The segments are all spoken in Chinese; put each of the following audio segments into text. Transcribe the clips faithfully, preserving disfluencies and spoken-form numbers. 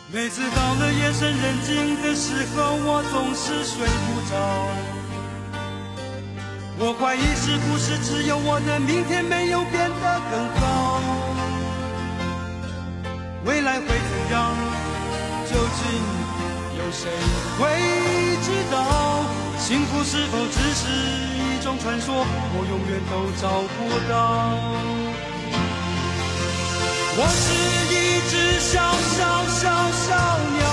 每次到了夜深人静的时候，我总是睡不着。我怀疑是不是只有我的明天没有变得更好？未来会怎样？究竟有谁会知道？幸福是否只是一种传说？我永远都找不到。我是一只小小小小鸟。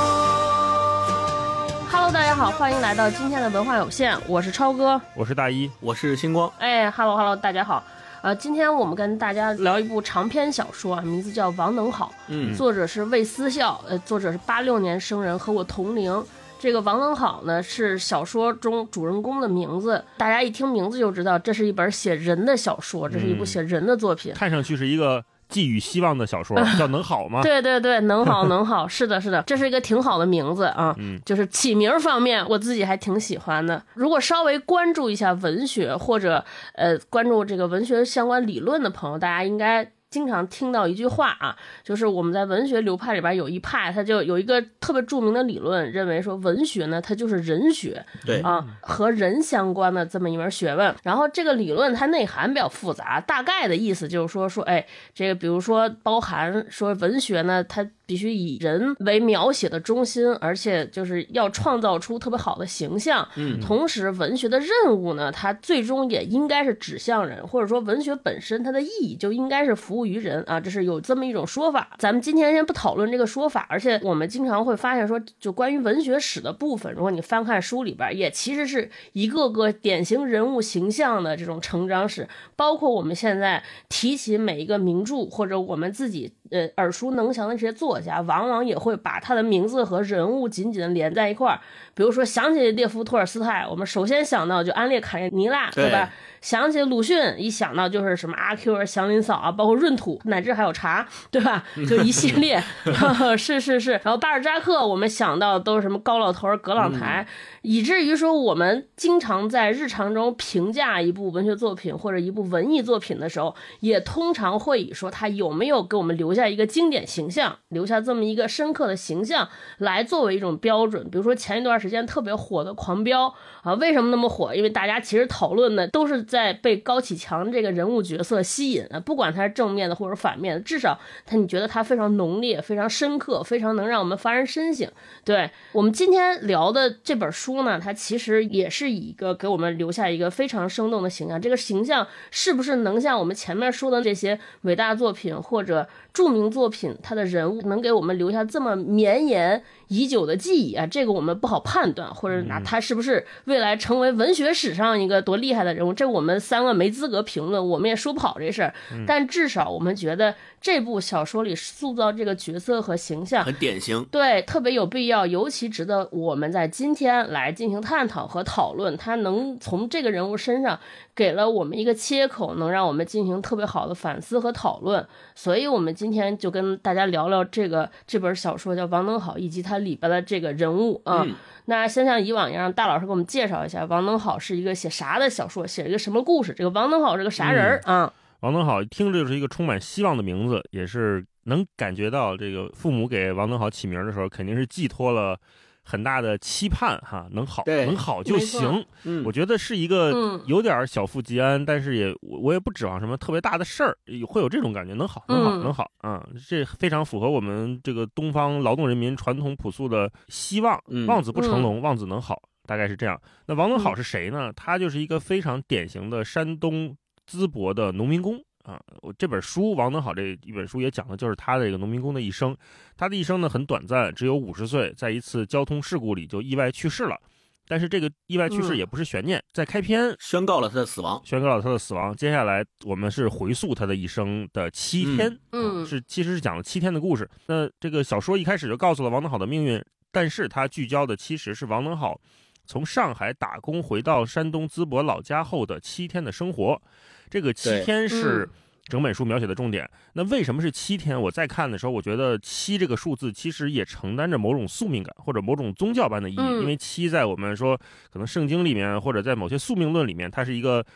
Hello， 大家好，欢迎来到今天的文化有限，我是超哥， 我是大一， 我是星光。 哎 ，Hello Hello， 大家好。呃，今天我们跟大家聊一部长篇小说啊，名字叫《王能好》，嗯，作者是魏思孝，呃，作者是八六年生人，和我同龄。这个王能好呢，是小说中主人公的名字，大家一听名字就知道，这是一本写人的小说，这是一部写人的作品， 嗯、看上去是一个寄予希望的小说，叫能好吗？ 对对对，能好能好，是的是的，这是一个挺好的名字啊，嗯，就是起名方面我自己还挺喜欢的。如果稍微关注一下文学或者呃关注这个文学相关理论的朋友，大家应该经常听到一句话啊，就是我们在文学流派里边有一派，它就有一个特别著名的理论，认为说文学呢，它就是人学， 对啊，和人相关的这么一门学问。然后这个理论它内涵比较复杂，大概的意思就是说说，哎，这个比如说包含说文学呢，它必须以人为描写的中心，而且就是要创造出特别好的形象。嗯，同时文学的任务呢，它最终也应该是指向人，或者说文学本身它的意义就应该是服务于人啊，这是有这么一种说法。咱们今天先不讨论这个说法，而且我们经常会发现说，就关于文学史的部分，如果你翻看书里边，也其实是一个个典型人物形象的这种成长史，包括我们现在提起每一个名著，或者我们自己呃耳熟能详的这些作家，往往也会把他的名字和人物紧紧的连在一块儿。比如说想起列夫托尔斯泰，我们首先想到就安列卡列尼娜， 对, 对吧？想起鲁迅，一想到就是什么阿 Q 啊、祥林嫂啊，包括闰土，乃至还有茶，对吧？就一系列，是是是。然后巴尔扎克，我们想到都是什么高老头、葛朗台，嗯、以至于说我们经常在日常中评价一部文学作品或者一部文艺作品的时候，也通常会以说他有没有给我们留下一个经典形象，留下这么一个深刻的形象来作为一种标准。比如说前一段时间特别火的《狂飙》啊，为什么那么火？因为大家其实讨论的都是在被高启强这个人物角色吸引啊，不管他是正面的或者反面的，至少他你觉得他非常浓烈、非常深刻、非常能让我们发人深省。对，我们今天聊的这本书呢，它其实也是一个给我们留下一个非常生动的形象。这个形象是不是能像我们前面说的这些伟大作品或者著名作品，它的人物能给我们留下这么绵延已久的记忆啊？这个我们不好判断，或者拿他是不是未来成为文学史上一个多厉害的人物，这我们三个没资格评论，我们也说不好这事儿。但至少我们觉得这部小说里塑造这个角色和形象很典型， 对，特别有必要，尤其值得我们在今天来进行探讨和讨论。他能从这个人物身上给了我们一个切口，能让我们进行特别好的反思和讨论。所以我们今天就跟大家聊聊这个这本小说叫《王能好》，以及它里边的这个人物啊。嗯，那先像以往一样，让大老师给我们介绍一下王能好是一个写啥的小说，写了一个什么故事？这个王能好是个啥人、嗯、啊？ 王能好听着就是一个充满希望的名字，也是能感觉到这个父母给王能好起名的时候，肯定是寄托了很大的期盼哈，能好能好就行。嗯，我觉得是一个有点小富即安，嗯、但是也我也不指望什么特别大的事儿，会有这种感觉，能好能好、嗯、能好啊、嗯，这非常符合我们这个东方劳动人民传统朴素的希望， 嗯、 望子不成龙，望子能好，大概是这样。那王能好是谁呢？他就是一个非常典型的山东淄博的农民工。啊，我这本书《王能好》这一本书也讲的就是他的这个农民工的一生。他的一生呢很短暂，只有五十岁，在一次交通事故里就意外去世了。但是这个意外去世也不是悬念，嗯、在开篇宣告了他的死亡， 宣告了他的死亡。接下来我们是回溯他的一生的七天， 嗯， 啊、是其实是讲了七天的故事。那这个小说一开始就告诉了王能好的命运，但是他聚焦的其实是王能好从上海打工回到山东淄博老家后的七天的生活。这个七天是整本书描写的重点。嗯、那为什么是七天？我在看的时候，我觉得七这个数字其实也承担着某种宿命感或者某种宗教般的意义。嗯、因为七在我们说可能圣经里面或者在某些宿命论里面，它是一个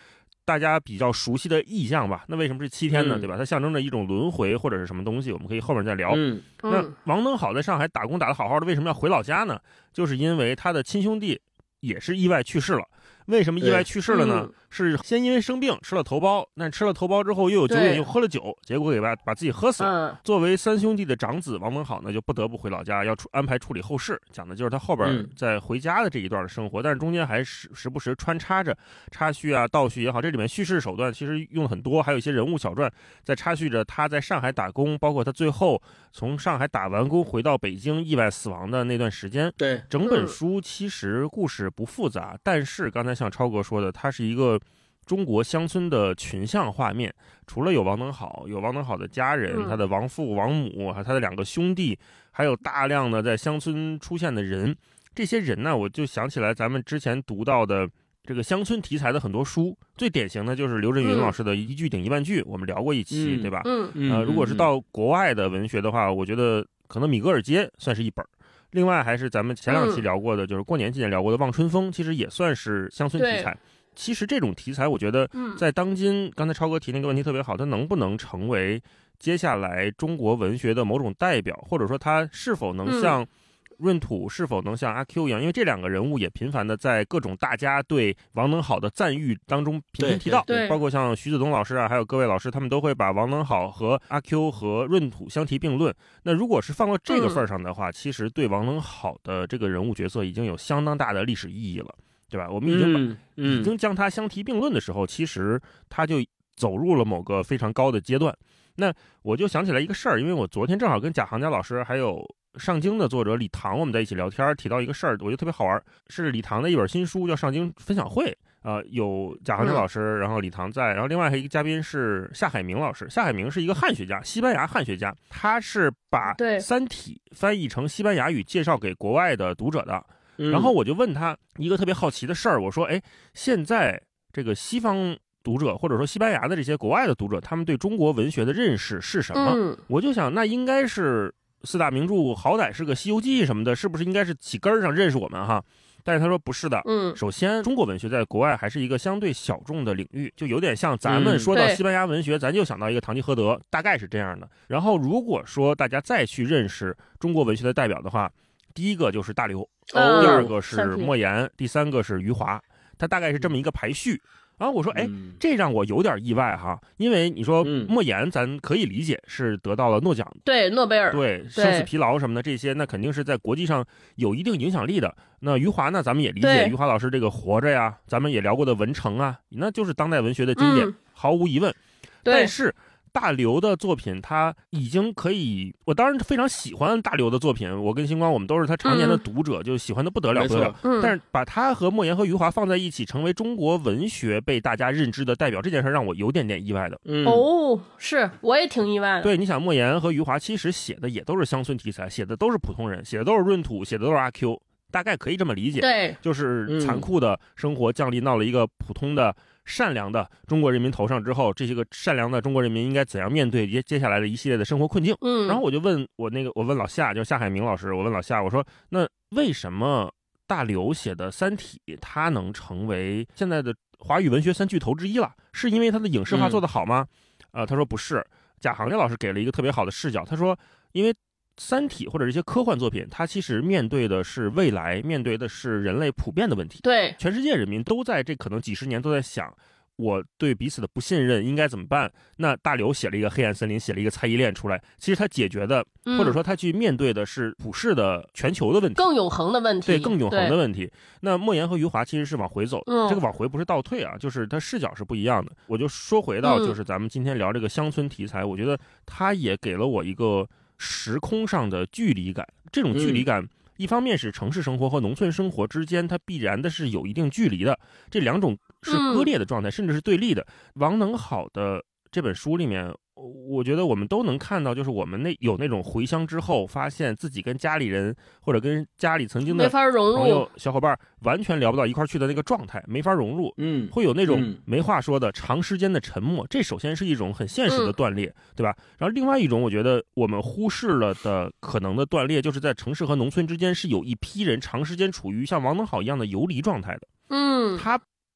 大家比较熟悉的意象吧。那为什么是七天呢？ 嗯、 对吧？它象征着一种轮回或者是什么东西，我们可以后面再聊。 嗯、 那王能好在上海打工打得好好的，为什么要回老家呢？就是因为他的亲兄弟也是意外去世了。为什么意外去世了呢？嗯、是先因为生病吃了头孢，但吃了头孢之后又有酒瘾，又喝了酒，结果给把把自己喝死了。 嗯、 作为三兄弟的长子王能好呢，就不得不回老家，要安排处理后事，讲的就是他后边在回家的这一段的生活。嗯、但是中间还时时不时穿插着插叙啊、倒叙也好，这里面叙事手段其实用了很多，还有一些人物小传在插叙着他在上海打工，包括他最后从上海打完工回到北京意外死亡的那段时间。 对， 整本书其实故事不复杂，但是刚才像超哥说的，它是一个中国乡村的群像画面，除了有王能好，有王能好的家人， 嗯、 他的王父、王母，还有他的两个兄弟，还有大量的在乡村出现的人。这些人呢，我就想起来咱们之前读到的这个乡村题材的很多书，最典型的就是刘震云老师的一句顶一万句，嗯、我们聊过一期， 嗯、 对吧？ 嗯呃，如果是到国外的文学的话，我觉得可能米格尔街算是一本。另外还是咱们前两期聊过的，嗯、就是过年期间聊过的《望春风》，其实也算是乡村题材。其实这种题材，我觉得在当今，嗯、刚才超哥提那个问题特别好，它能不能成为接下来中国文学的某种代表，或者说它是否能像闰土，是否能像阿 Q 一样？因为这两个人物也频繁的在各种大家对王能好的赞誉当中频频提到， 对对对， 包括像徐子东老师啊，还有各位老师，他们都会把王能好和阿 Q 和闰土相提并论。那如果是放到这个份上的话，嗯、其实对王能好的这个人物角色已经有相当大的历史意义了。对吧？我们已经把、嗯嗯、已经将它相提并论的时候，其实它就走入了某个非常高的阶段。那我就想起来一个事儿，因为我昨天正好跟贾行家老师还有上京的作者李唐我们在一起聊天，提到一个事儿，我觉得特别好玩，是李唐的一本新书叫《上京分享会》啊、呃，有贾行家老师，嗯、然后李唐在，然后另外还有一个嘉宾是夏海明老师。夏海明是一个汉学家，西班牙汉学家，他是把《三体》翻译成西班牙语介绍给国外的读者的。然后我就问他一个特别好奇的事儿，我说：“哎，现在这个西方读者或者说西班牙的这些国外的读者，他们对中国文学的认识是什么？” 嗯、 我就想，那应该是四大名著，好歹是个《西游记》什么的，是不是应该是起根上认识我们哈？但是他说不是的。 嗯， 首先，中国文学在国外还是一个相对小众的领域，就有点像咱们说到西班牙文学，嗯、咱就想到一个堂吉诃德，大概是这样的。然后，如果说大家再去认识中国文学的代表的话，第一个就是大刘， 哦、 第二个是莫言，第三个是余华，它大概是这么一个排序。然后我说，哎，这让我有点意外哈，因为你说莫言，咱可以理解是得到了诺奖， 对，诺贝尔， 对，生死疲劳什么的这些，那肯定是在国际上有一定影响力的。那余华呢，咱们也理解，余华老师这个活着呀，咱们也聊过的文成啊，那就是当代文学的经典， 嗯、 毫无疑问。但是大刘的作品他已经可以，我当然非常喜欢大刘的作品，我跟星光我们都是他常年的读者，嗯、就喜欢的不得了不得了。 嗯、 但是把他和莫言和余华放在一起，成为中国文学被大家认知的代表，这件事让我有点点意外的。 嗯、哦，是，我也挺意外的。 对，你想莫言和余华其实写的也都是乡村题材，写的都是普通人，写的都是闰土，写的都是阿 Q， 大概可以这么理解。 对， 就是残酷的生活降临到了一个普通的善良的中国人民头上之后，这些个善良的中国人民应该怎样面对接接下来的一系列的生活困境？ 嗯， 然后我就问我那个，我问老夏，就是夏海明老师，我问老夏，我说那为什么大刘写的《三体》它能成为现在的华语文学三巨头之一了？是因为它的影视化做得好吗？啊、嗯呃，他说不是。贾行家老师给了一个特别好的视角，他说，因为三体或者这些科幻作品，它其实面对的是未来，面对的是人类普遍的问题。 对， 全世界人民都在这可能几十年都在想，我对彼此的不信任应该怎么办？那大刘写了一个黑暗森林，写了一个猜疑链出来，其实他解决的， 嗯、 或者说他去面对的是普世的全球的问题， 更永恒的问题。 对，更永恒的问题。那莫言和余华其实是往回走的， 嗯、 这个往回不是倒退啊，就是他视角是不一样的。我就说回到，就是咱们今天聊这个乡村题材，嗯、我觉得他也给了我一个时空上的距离感。这种距离感，嗯、一方面是城市生活和农村生活之间，它必然的是有一定距离的，这两种是割裂的状态，嗯、甚至是对立的。王能好的这本书里面，我觉得我们都能看到，就是我们那有那种回乡之后，发现自己跟家里人或者跟家里曾经的朋友小伙伴完全聊不到一块去的那个状态，没法融入。 嗯， 会有那种没话说的长时间的沉默。这首先是一种很现实的断裂，嗯、对吧？然后另外一种，我觉得我们忽视了的可能的断裂，就是在城市和农村之间是有一批人长时间处于像王能好一样的游离状态的。 嗯， 他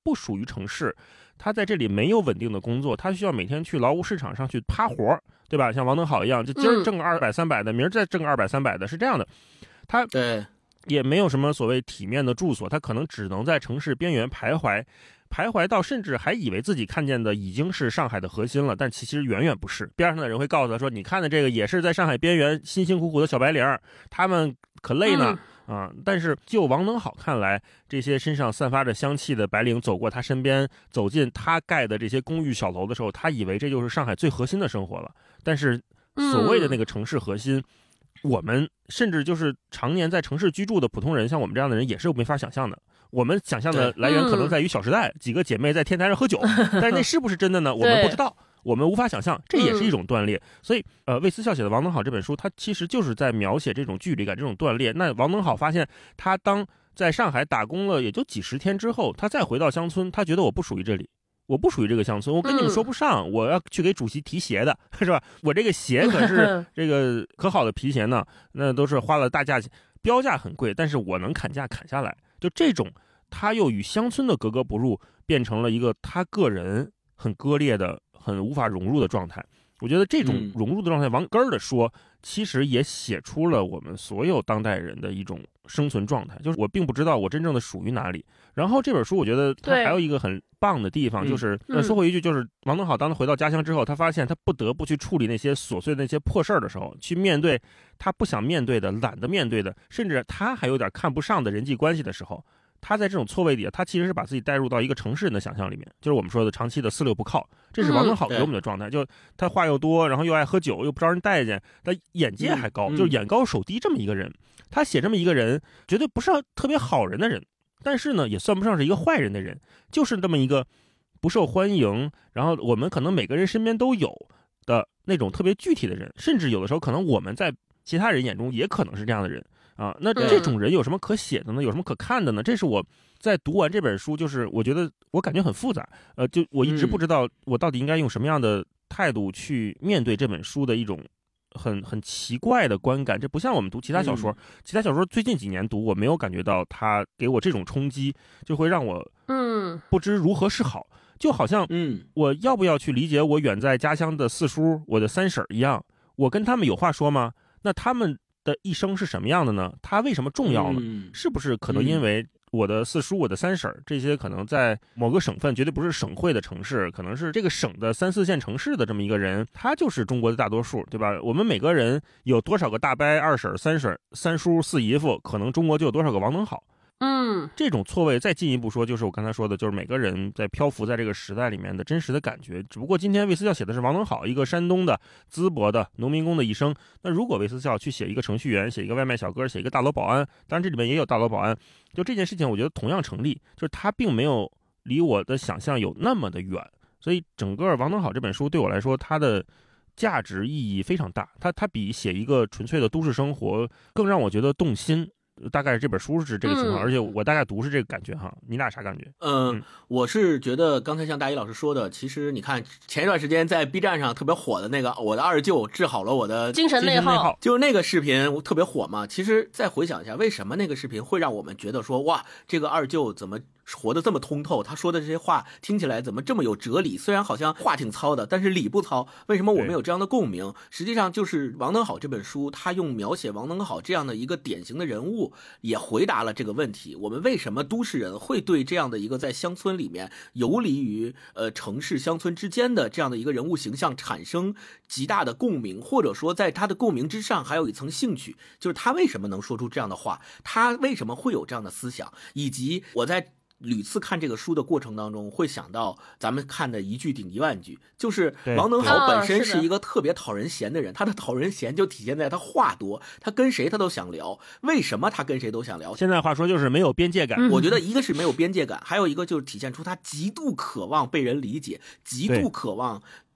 不属于城市，他在这里没有稳定的工作，他需要每天去劳务市场上去趴活，对吧？像王登好一样，就今儿挣个二百三百的，明儿再挣个二百三百的，是这样的。他对也没有什么所谓体面的住所，他可能只能在城市边缘徘徊。徘徊到甚至还以为自己看见的已经是上海的核心了，但其实远远不是。边上的人会告诉他说，你看的这个也是在上海边缘辛辛苦苦的小白领，他们可累呢、嗯、啊！但是就王登好看来，这些身上散发着香气的白领走过他身边，走进他盖的这些公寓小楼的时候，他以为这就是上海最核心的生活了。但是所谓的那个城市核心、嗯、我们甚至就是常年在城市居住的普通人，像我们这样的人也是没法想象的。我们想象的来源可能在于《小时代》，几个姐妹在天台上喝酒，但是那是不是真的呢？我们不知道，我们无法想象，这也是一种断裂。所以，呃，魏思孝写的《王登好》这本书，它其实就是在描写这种距离感、这种断裂。那王登好发现，他当在上海打工了也就几十天之后，他再回到乡村，他觉得我不属于这里。我不属于这个乡村，我跟你们说不上、嗯、我要去给主席提鞋的，是吧？我这个鞋可是这个可好的皮鞋呢，那都是花了大价钱，标价很贵，但是我能砍价砍下来。就这种他又与乡村的格格不入，变成了一个他个人很割裂的、很无法融入的状态。我觉得这种融入的状态，往根儿的说，其实也写出了我们所有当代人的一种生存状态，就是我并不知道我真正的属于哪里。然后这本书我觉得它还有一个很棒的地方，就是那说回一句，就是王登好当他回到家乡之后，他发现他不得不去处理那些琐碎的那些破事儿的时候，去面对他不想面对的、懒得面对的，甚至他还有点看不上的人际关系的时候，他在这种错位底，他其实是把自己带入到一个城市人的想象里面，就是我们说的长期的四六不靠，这是王登好给我们的状态。嗯、就他话又多，然后又爱喝酒，又不招人待见，他眼界还高，嗯、就是眼高手低这么一个人。他写这么一个人，绝对不是特别好人的人，但是呢，也算不上是一个坏人的人，就是这么一个不受欢迎，然后我们可能每个人身边都有的那种特别具体的人，甚至有的时候可能我们在其他人眼中也可能是这样的人。啊，那这种人有什么可写的呢？有什么可看的呢？这是我在读完这本书，就是我觉得我感觉很复杂，呃，就我一直不知道我到底应该用什么样的态度去面对这本书的一种很很奇怪的观感。这不像我们读其他小说，其他小说最近几年读，我没有感觉到它给我这种冲击，就会让我嗯不知如何是好。就好像嗯我要不要去理解我远在家乡的四叔、我的三婶一样，我跟他们有话说吗？那他们的一生是什么样的呢？他为什么重要呢？嗯、是不是可能因为我的四叔、我的三婶这些可能在某个省份绝对不是省会的城市，可能是这个省的三四线城市的这么一个人，他就是中国的大多数，对吧？我们每个人有多少个大伯、二婶、三婶、三叔、四姨夫，可能中国就有多少个王登好。嗯，这种错位再进一步说，就是我刚才说的，就是每个人在漂浮在这个时代里面的真实的感觉。只不过今天魏思孝写的是王登好，一个山东的淄博的农民工的一生。那如果魏思孝去写一个程序员，写一个外卖小哥，写一个大楼保安，当然这里面也有大楼保安，就这件事情我觉得同样成立，就是他并没有离我的想象有那么的远。所以整个王登好这本书对我来说，它的价值意义非常大，它它比写一个纯粹的都市生活更让我觉得动心。大概这本书是这个情况、嗯、而且我大概读是这个感觉哈，你俩啥感觉？ 嗯，嗯我是觉得刚才像大一老师说的，其实你看前一段时间在 B 站上特别火的那个我的二舅治好了我的精神内耗， 就是那个视频特别火嘛。其实再回想一下，为什么那个视频会让我们觉得说，哇，这个二舅怎么活得这么通透，他说的这些话听起来怎么这么有哲理，虽然好像话挺糙的，但是理不糙。为什么我们有这样的共鸣？实际上就是王登好这本书，他用描写王登好这样的一个典型的人物，也回答了这个问题。我们为什么都市人会对这样的一个在乡村里面游离于呃城市乡村之间的这样的一个人物形象产生极大的共鸣，或者说在他的共鸣之上还有一层兴趣，就是他为什么能说出这样的话，他为什么会有这样的思想，以及我在屡次看这个书的过程当中会想到咱们看的一句顶一万句，就是王登好本身是一个特别讨人嫌的人，他的讨人嫌就体现在他话多，他跟谁他都想聊。为什么他跟谁都想聊？ 现在话说就是没有边界感。 我觉得一个是没有边界感，还有一个就是体现出他极度渴望被人理解，极度渴望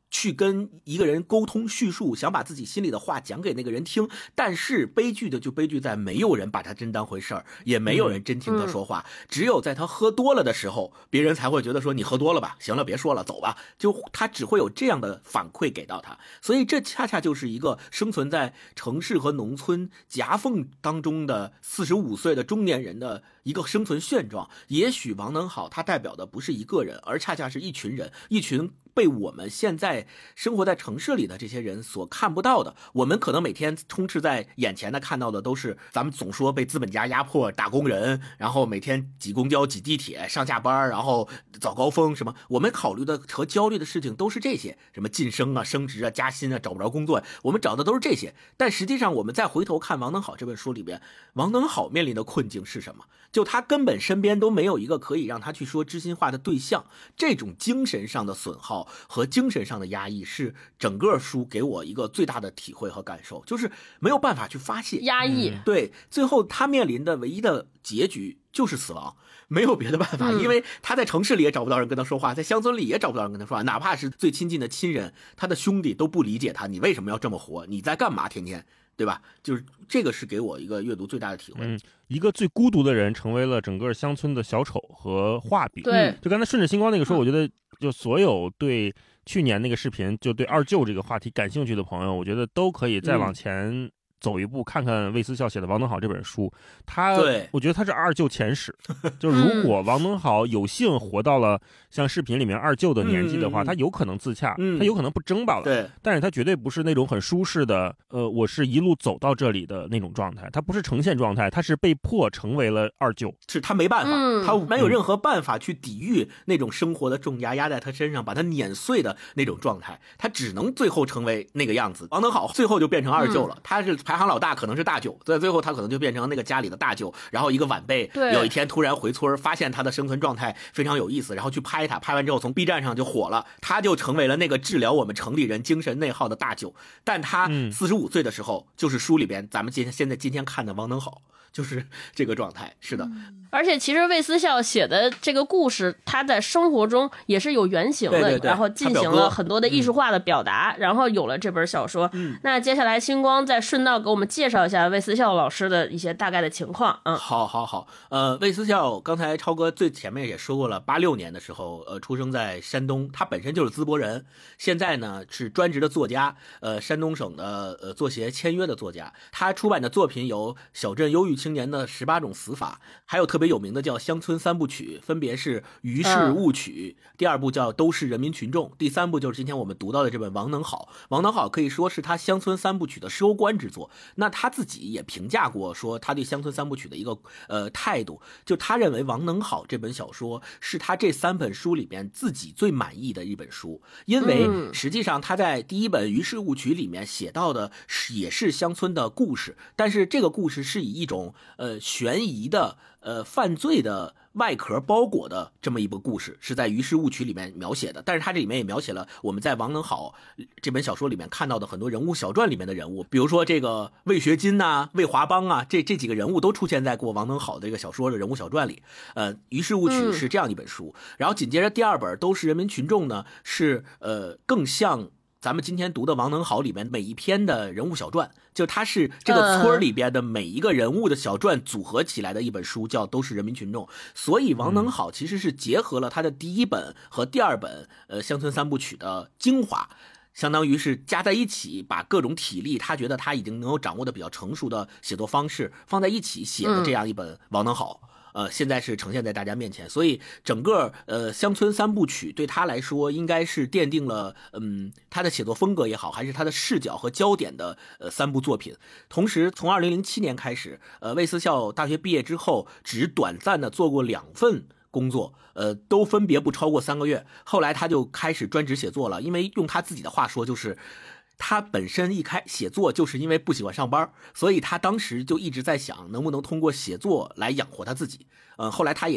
去跟一个人沟通叙述，想把自己心里的话讲给那个人听，但是悲剧的就悲剧在没有人把他真当回事儿，也没有人真听他说话、嗯、只有在他喝多了的时候，别人才会觉得说你喝多了吧，行了别说了走吧，就他只会有这样的反馈给到他。所以这恰恰就是一个生存在城市和农村夹缝当中的四十五岁的中年人的一个生存现状。也许王能好他代表的不是一个人，而恰恰是一群人，一群被我们现在生活在城市里的这些人所看不到的。我们可能每天充斥在眼前的看到的都是咱们总说被资本家压迫打工人，然后每天挤公交挤地铁上下班，然后早高峰什么，我们考虑的和焦虑的事情都是这些，什么晋升啊升职啊加薪啊找不着工作，我们找的都是这些。但实际上我们再回头看王能好这本书里边，王能好面临的困境是什么？就他根本身边都没有一个可以让他去说知心话的对象，这种精神上的损耗和精神上的压抑是整个书给我一个最大的体会和感受，就是没有办法去发泄压抑、 嗯、对，最后他面临的唯一的结局就是死亡，没有别的办法、嗯、因为他在城市里也找不到人跟他说话，在乡村里也找不到人跟他说话，哪怕是最亲近的亲人，他的兄弟都不理解他，你为什么要这么活，你在干嘛天天，对吧？就是这个是给我一个阅读最大的体会。 嗯，一个最孤独的人成为了整个乡村的小丑和画饼。 对， 就刚才顺着星光那个说，我觉得就所有对去年那个视频就对二舅这个话题感兴趣的朋友，我觉得都可以再往前走一步，看看魏思孝写的《王能好》这本书。他，我觉得他是二舅前史。就是如果王能好有幸活到了像视频里面二舅的年纪的话，嗯、他有可能自洽、嗯，他有可能不争吧了。 对， 但是他绝对不是那种很舒适的，呃，我是一路走到这里的那种状态。他不是呈现状态，他是被迫成为了二舅。 是他没办法， 嗯、 他没有任何办法去抵御那种生活的重压压在他身上，把他碾碎的那种状态，他只能最后成为那个样子。王能好最后就变成二舅了，嗯、他是排行老大，可能是大舅，在最后他可能就变成那个家里的大舅。然后一个晚辈有一天突然回村，发现他的生存状态非常有意思，然后去拍他，拍完之后从 B 站上就火了，他就成为了那个治疗我们城里人精神内耗的大舅。但他四十五岁的时候，嗯、就是书里边咱们今天现在今天看的王能好，就是这个状态。是的。 嗯而且其实魏思孝写的这个故事，他在生活中也是有原型的， 对对对， 然后进行了很多的艺术化的表达，嗯、然后有了这本小说。嗯，那接下来星光再顺道给我们介绍一下魏思孝老师的一些大概的情况。嗯， 好好好，呃，魏思孝刚才超哥最前面也说过了，八六年的时候，呃，出生在山东，他本身就是淄博人，现在呢是专职的作家，呃，山东省的呃作协签约的作家。他出版的作品有《小镇忧郁青年的十八种死法》，还有特别有名的叫《乡村三部曲》，分别是《于氏误曲》，嗯、第二部叫《都市人民群众》，第三部就是今天我们读到的这本《王能好》。王能好可以说是他乡村三部曲的收官之作。那他自己也评价过，说他对乡村三部曲的一个呃态度，就他认为《王能好》这本小说是他这三本书里面自己最满意的一本书，因为实际上他在第一本《于氏误曲》里面写到的是也是乡村的故事，但是这个故事是以一种呃悬疑的呃犯罪的外壳包裹的这么一部故事，是在《于氏误曲》里面描写的。但是他这里面也描写了我们在《王能好》这本小说里面看到的很多人物小传里面的人物，比如说这个魏学金呐、魏华邦啊，这这几个人物都出现在过《王能好》这个小说的人物小传里。呃，《于氏误曲》是这样一本书，嗯、然后紧接着第二本《都市人民群众》呢，是呃更像咱们今天读的《王能好》里面每一篇的人物小传，就它是这个村里边的每一个人物的小传组合起来的一本书，叫《都市人民群众》。所以王能好其实是结合了他的第一本和第二本呃乡村三部曲的精华，相当于是加在一起，把各种体力他觉得他已经能够掌握的比较成熟的写作方式放在一起写的这样一本《王能好》。呃，现在是呈现在大家面前，所以整个呃乡村三部曲对他来说，应该是奠定了嗯他的写作风格也好，还是他的视角和焦点的呃三部作品。同时，从二零零七年开始，呃魏思孝大学毕业之后，只短暂的做过两份工作，呃，都分别不超过三个月。后来他就开始专职写作了，因为用他自己的话说，就是他本身一开写作就是因为不喜欢上班，所以他当时就一直在想能不能通过写作来养活他自己。呃，后来他也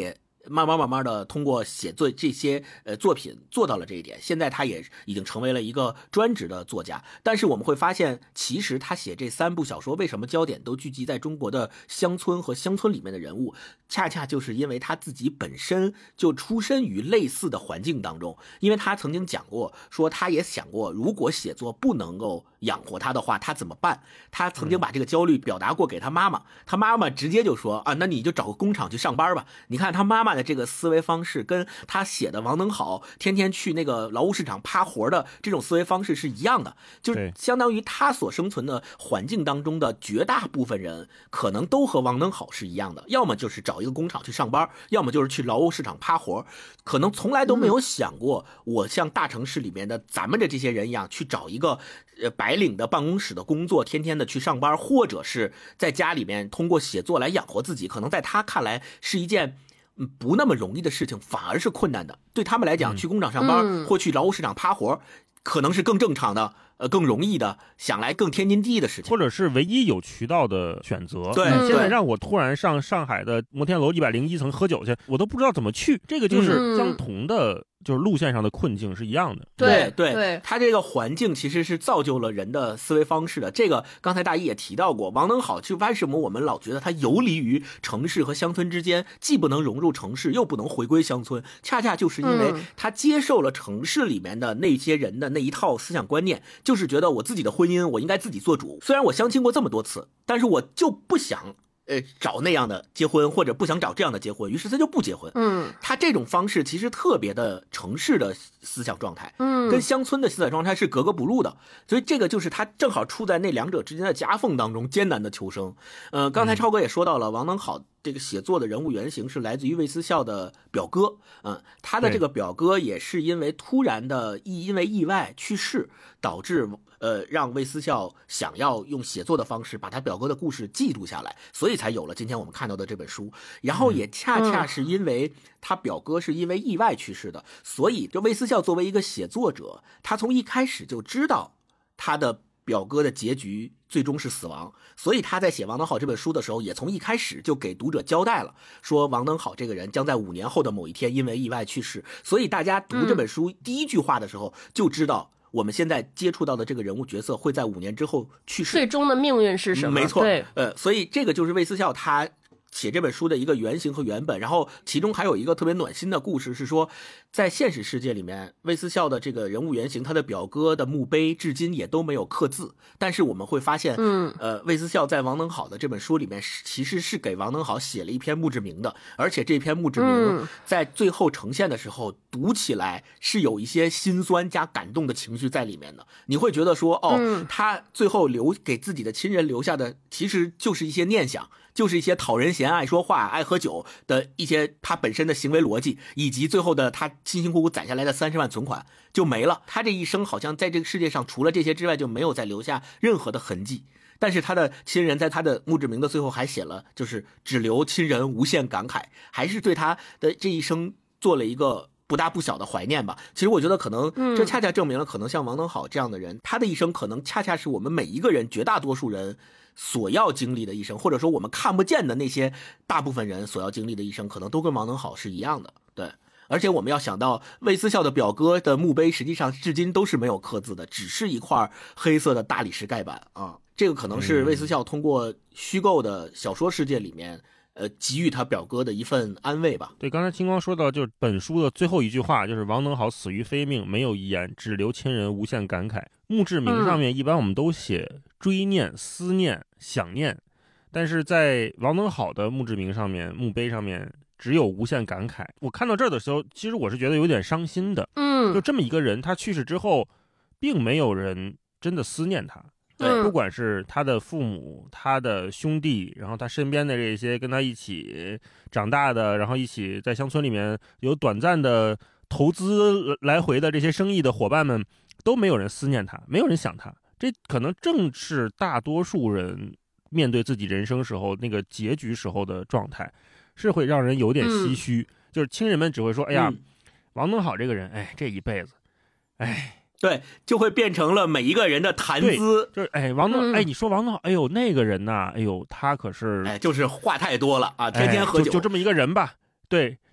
慢慢慢慢的通过写作这些呃作品做到了这一点，现在他也已经成为了一个专职的作家。但是我们会发现，其实他写这三部小说为什么焦点都聚集在中国的乡村和乡村里面的人物，恰恰就是因为他自己本身就出身于类似的环境当中。因为他曾经讲过，说他也想过，如果写作不能够养活他的话，他怎么办？他曾经把这个焦虑表达过给他妈妈，他妈妈直接就说啊，那你就找个工厂去上班吧。你看他妈妈的这个思维方式跟他写的王能好天天去那个劳务市场趴活的这种思维方式是一样的，就是相当于他所生存的环境当中的绝大部分人可能都和王能好是一样的，要么就是找一个工厂去上班，要么就是去劳务市场趴活，可能从来都没有想过我像大城市里面的咱们的这些人一样去找一个呃白领的办公室的工作，天天的去上班，或者是在家里面通过写作来养活自己，可能在他看来是一件嗯不那么容易的事情，反而是困难的。对他们来讲，去工厂上班、嗯、或去劳务市场趴活可能是更正常的，呃，更容易的，想来更天经地义的事情， 或者是唯一有渠道的选择。 对， 现在让我突然上上海的摩天楼一百零一层喝酒去，我都不知道怎么去。这个就是相同的、嗯，就是路线上的困境是一样的。 对对对，他这个环境其实是造就了人的思维方式的。这个刚才大一也提到过，王能好就为什么我们老觉得他游离于城市和乡村之间，既不能融入城市，又不能回归乡村，恰恰就是因为他接受了城市里面的那些人的那一套思想观念，就是觉得我自己的婚姻我应该自己做主。虽然我相亲过这么多次，但是我就不想呃，找那样的结婚，或者不想找这样的结婚，于是他就不结婚。 嗯， 他这种方式其实特别的城市的思想状态， 嗯， 跟乡村的思想状态是格格不入的。所以这个就是他正好处在那两者之间的夹缝当中，艰难的求生。呃，刚才超哥也说到了，王能好这个写作的人物原型是来自于魏思孝的表哥，嗯，他的这个表哥也是因为突然的意因为意外去世，导致呃让魏思孝想要用写作的方式把他表哥的故事记录下来，所以才有了今天我们看到的这本书。然后也恰恰是因为他表哥是因为意外去世的，所以这魏思孝作为一个写作者，他从一开始就知道他的表哥的结局最终是死亡，所以他在写王能好这本书的时候，也从一开始就给读者交代了，说王能好这个人将在五年后的某一天因为意外去世。所以大家读这本书第一句话的时候就知道，我们现在接触到的这个人物角色会在五年之后去世， 最终的命运是什么？ 没错， 对， 呃，所以这个就是魏思孝他写这本书的一个原型和原本。然后其中还有一个特别暖心的故事，是说在现实世界里面，魏思孝的这个人物原型，他的表哥的墓碑至今也都没有刻字，但是我们会发现， 嗯， 呃，魏思孝在王能好的这本书里面其实是给王能好写了一篇墓志铭的，而且这篇墓志铭在最后呈现的时候、嗯、读起来是有一些心酸加感动的情绪在里面的。你会觉得说，哦、嗯、他最后留给自己的亲人留下的其实就是一些念想，就是一些讨人嫌、爱说话、爱喝酒的一些他本身的行为逻辑，以及最后的他辛辛苦苦攒下来的三十万存款就没了。他这一生好像在这个世界上除了这些之外就没有再留下任何的痕迹。但是他的亲人在他的墓志铭的最后还写了，就是只留亲人无限感慨，还是对他的这一生做了一个不大不小的怀念吧。其实我觉得可能这恰恰证明了，可能像王能好这样的人，他的一生可能恰恰是我们每一个人绝大多数人所要经历的一生，或者说我们看不见的那些大部分人所要经历的一生，可能都跟王能好是一样的。对，而且我们要想到魏思孝的表哥的墓碑实际上至今都是没有刻字的，只是一块黑色的大理石盖板啊。这个可能是魏思孝通过虚构的小说世界里面呃，给予他表哥的一份安慰吧。 对，刚才清光说到，就是本书的最后一句话，就是王能好死于非命，没有遗言，只留亲人无限感慨。墓志铭上面一般我们都写追念、思念、想念，但是在王能好的墓志铭上面、墓碑上面只有无限感慨。我看到这儿的时候，其实我是觉得有点伤心的。 嗯， 就这么一个人，他去世之后，并没有人真的思念他。 对， 不管是他的父母、他的兄弟，然后他身边的这些跟他一起长大的，然后一起在乡村里面有短暂的投资来回的这些生意的伙伴们，都没有人思念他，没有人想他。这可能正是大多数人面对自己人生时候那个结局时候的状态，是会让人有点唏嘘。嗯、就是亲人们只会说：“哎呀，嗯、王能好这个人，哎，这一辈子，哎。” 对，就会变成了每一个人的谈资。 就是哎，王能、嗯，哎，你说王能好，哎呦，那个人呐、啊，哎呦，他可是， 哎，就是话太多了啊，天天喝酒， 哎、就, 就这么一个人吧。对，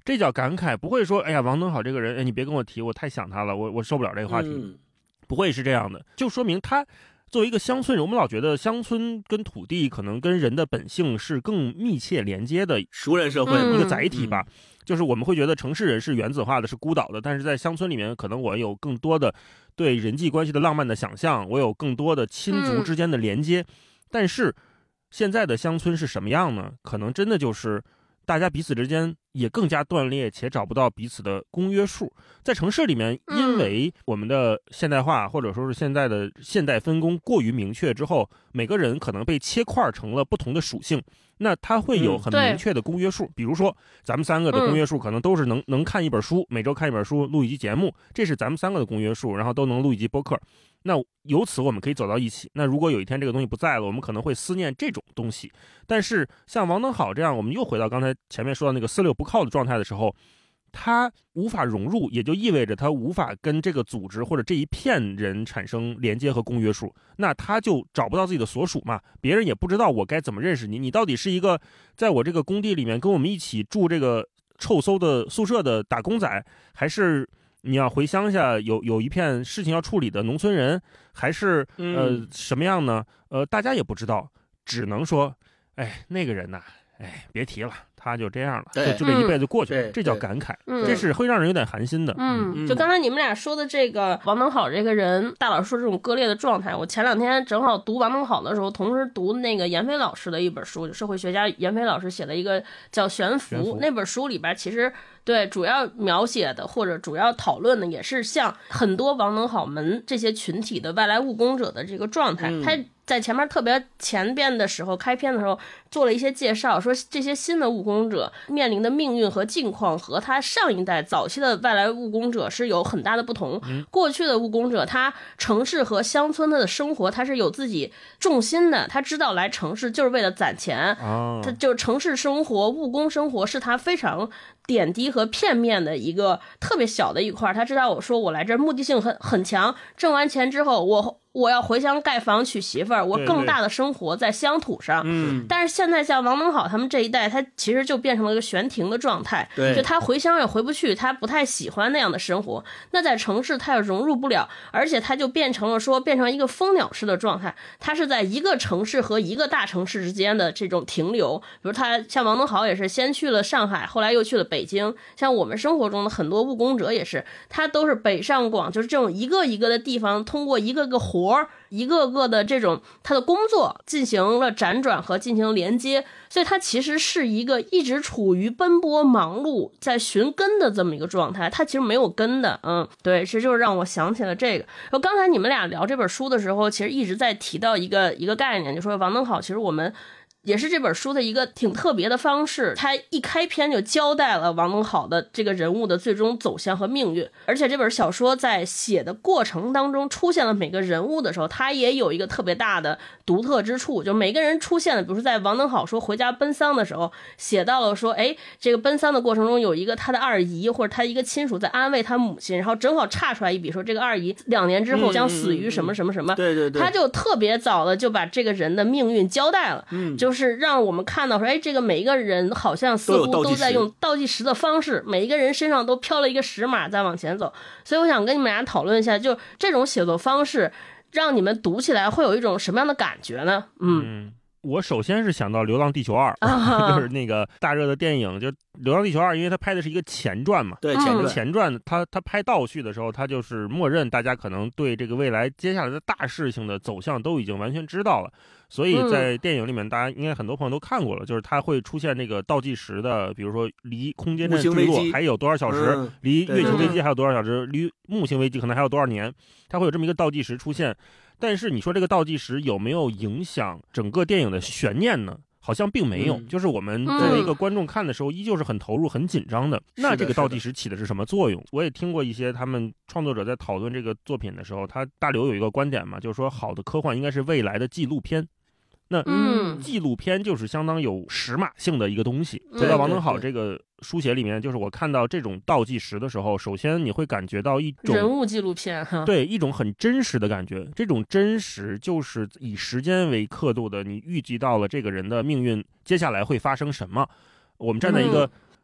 这叫感慨，不会说哎呀王登好这个人，哎你别跟我提，我太想他了，我我受不了这个话题、 嗯、 不会是这样的，就说明他作为一个乡村人，我们老觉得乡村跟土地可能跟人的本性是更密切连接的熟人社会一个载体吧、嗯、就是我们会觉得城市人是原子化的，是孤岛的，但是在乡村里面可能我有更多的对人际关系的浪漫的想象，我有更多的亲族之间的连接、嗯、但是现在的乡村是什么样呢？可能真的就是大家彼此之间也更加断裂，且找不到彼此的公约数。在城市里面，因为我们的现代化或者说是现在的现代分工过于明确之后，每个人可能被切块成了不同的属性，那它会有很明确的公约数、嗯、比如说咱们三个的公约数可能都是能、嗯、能看一本书，每周看一本书，录一集节目，这是咱们三个的公约数，然后都能录一集播客，那由此我们可以走到一起。那如果有一天这个东西不在了，我们可能会思念这种东西。但是像王登好这样，我们又回到刚才前面说到那个四六不靠的状态的时候，他无法融入，也就意味着他无法跟这个组织或者这一片人产生连接和公约数，那他就找不到自己的所属嘛，别人也不知道我该怎么认识你，你到底是一个在我这个工地里面跟我们一起住这个臭馊的宿舍的打工仔，还是你要回乡下有有一片事情要处理的农村人，还是呃什么样呢？呃，大家也不知道，只能说，哎，那个人呐、啊，哎，别提了，他就这样了，就就这一辈子过去了，这叫感慨，这是会让人有点寒心的。 嗯，就刚才你们俩说的这个王登好这个人，大老师说这种割裂的状态，我前两天正好读王登好的时候，同时读那个闫飞老师的一本书，社会学家闫飞老师写的一个叫《悬浮》，那本书里边其实对主要描写的或者主要讨论的也是像很多王登好门这些群体的外来务工者的这个状态，他、嗯在前面特别前边的时候，开篇的时候做了一些介绍，说这些新的务工者面临的命运和境况和他上一代早期的外来务工者是有很大的不同。嗯、过去的务工者，他城市和乡村的生活，他是有自己重心的，他知道来城市就是为了攒钱，哦、他就城市生活、务工生活是他非常点滴和片面的一个特别小的一块。他知道我说我来这儿目的性很很强，挣完钱之后我。我要回乡盖房娶媳妇儿，我更大的生活在乡土上。嗯，但是现在像王登好他们这一代，他其实就变成了一个悬停的状态。对，就他回乡也回不去，他不太喜欢那样的生活。那在城市他也融入不了，而且他就变成了说变成一个蜂鸟式的状态。他是在一个城市和一个大城市之间的这种停留。比如他像王登好也是先去了上海，后来又去了北京。像我们生活中的很多务工者也是，他都是北上广，就是这种一个一个的地方，通过一个个活。活一个个的这种他的工作进行了辗转和进行连接，所以他其实是一个一直处于奔波忙碌在寻根的这么一个状态，他其实没有根的。嗯，对，这就是让我想起了这个。然后刚才你们俩聊这本书的时候，其实一直在提到一个一个概念，就说王登好其实我们也是这本书的一个挺特别的方式，他一开篇就交代了王登好的这个人物的最终走向和命运，而且这本小说在写的过程当中出现了每个人物的时候，他也有一个特别大的独特之处，就每个人出现的，比如说在王登好说回家奔丧的时候，写到了说，哎，这个奔丧的过程中有一个他的二姨或者他一个亲属在安慰他母亲，然后正好岔出来一笔说这个二姨两年之后将死于什么什么什么，嗯嗯嗯、对对对，他就特别早的就把这个人的命运交代了，嗯，就。就是让我们看到说，哎，这个每一个人好像似乎都在用倒计时的方式，每一个人身上都飘了一个石马在往前走。所以我想跟你们俩讨论一下，就这种写作方式，让你们读起来会有一种什么样的感觉呢？嗯。 嗯，我首先是想到《流浪地球二》啊，就是那个大热的电影，就《流浪地球二》，因为它拍的是一个前传嘛， 对，前传， 前传，它它拍倒叙的时候，它就是默认大家可能对这个未来接下来的大事情的走向都已经完全知道了。所以在电影里面，大家应该很多朋友都看过了，就是它会出现这个倒计时的，比如说离空间站坠落还有多少小时，嗯、离月球危机还有多少小时，离木星危机可能还有多少年，它会有这么一个倒计时出现。但是你说这个倒计时有没有影响整个电影的悬念呢？好像并没有，嗯、就是我们作为一个观众看的时候，依旧是很投入、很紧张的。嗯、那这个倒计时起的是什么作用？我也听过一些他们创作者在讨论这个作品的时候，他大刘有一个观点嘛，就是说好的科幻应该是未来的纪录片。那嗯，纪录片就是相当有时马性的一个东西。回到王登好这个书写里面，就是我看到这种倒计时的时候，首先你会感觉到一种人物纪录片哈， 对，一种很真实的感觉。这种真实就是以时间为刻度的，你预计到了这个人的命运接下来会发生什么。我们站在一个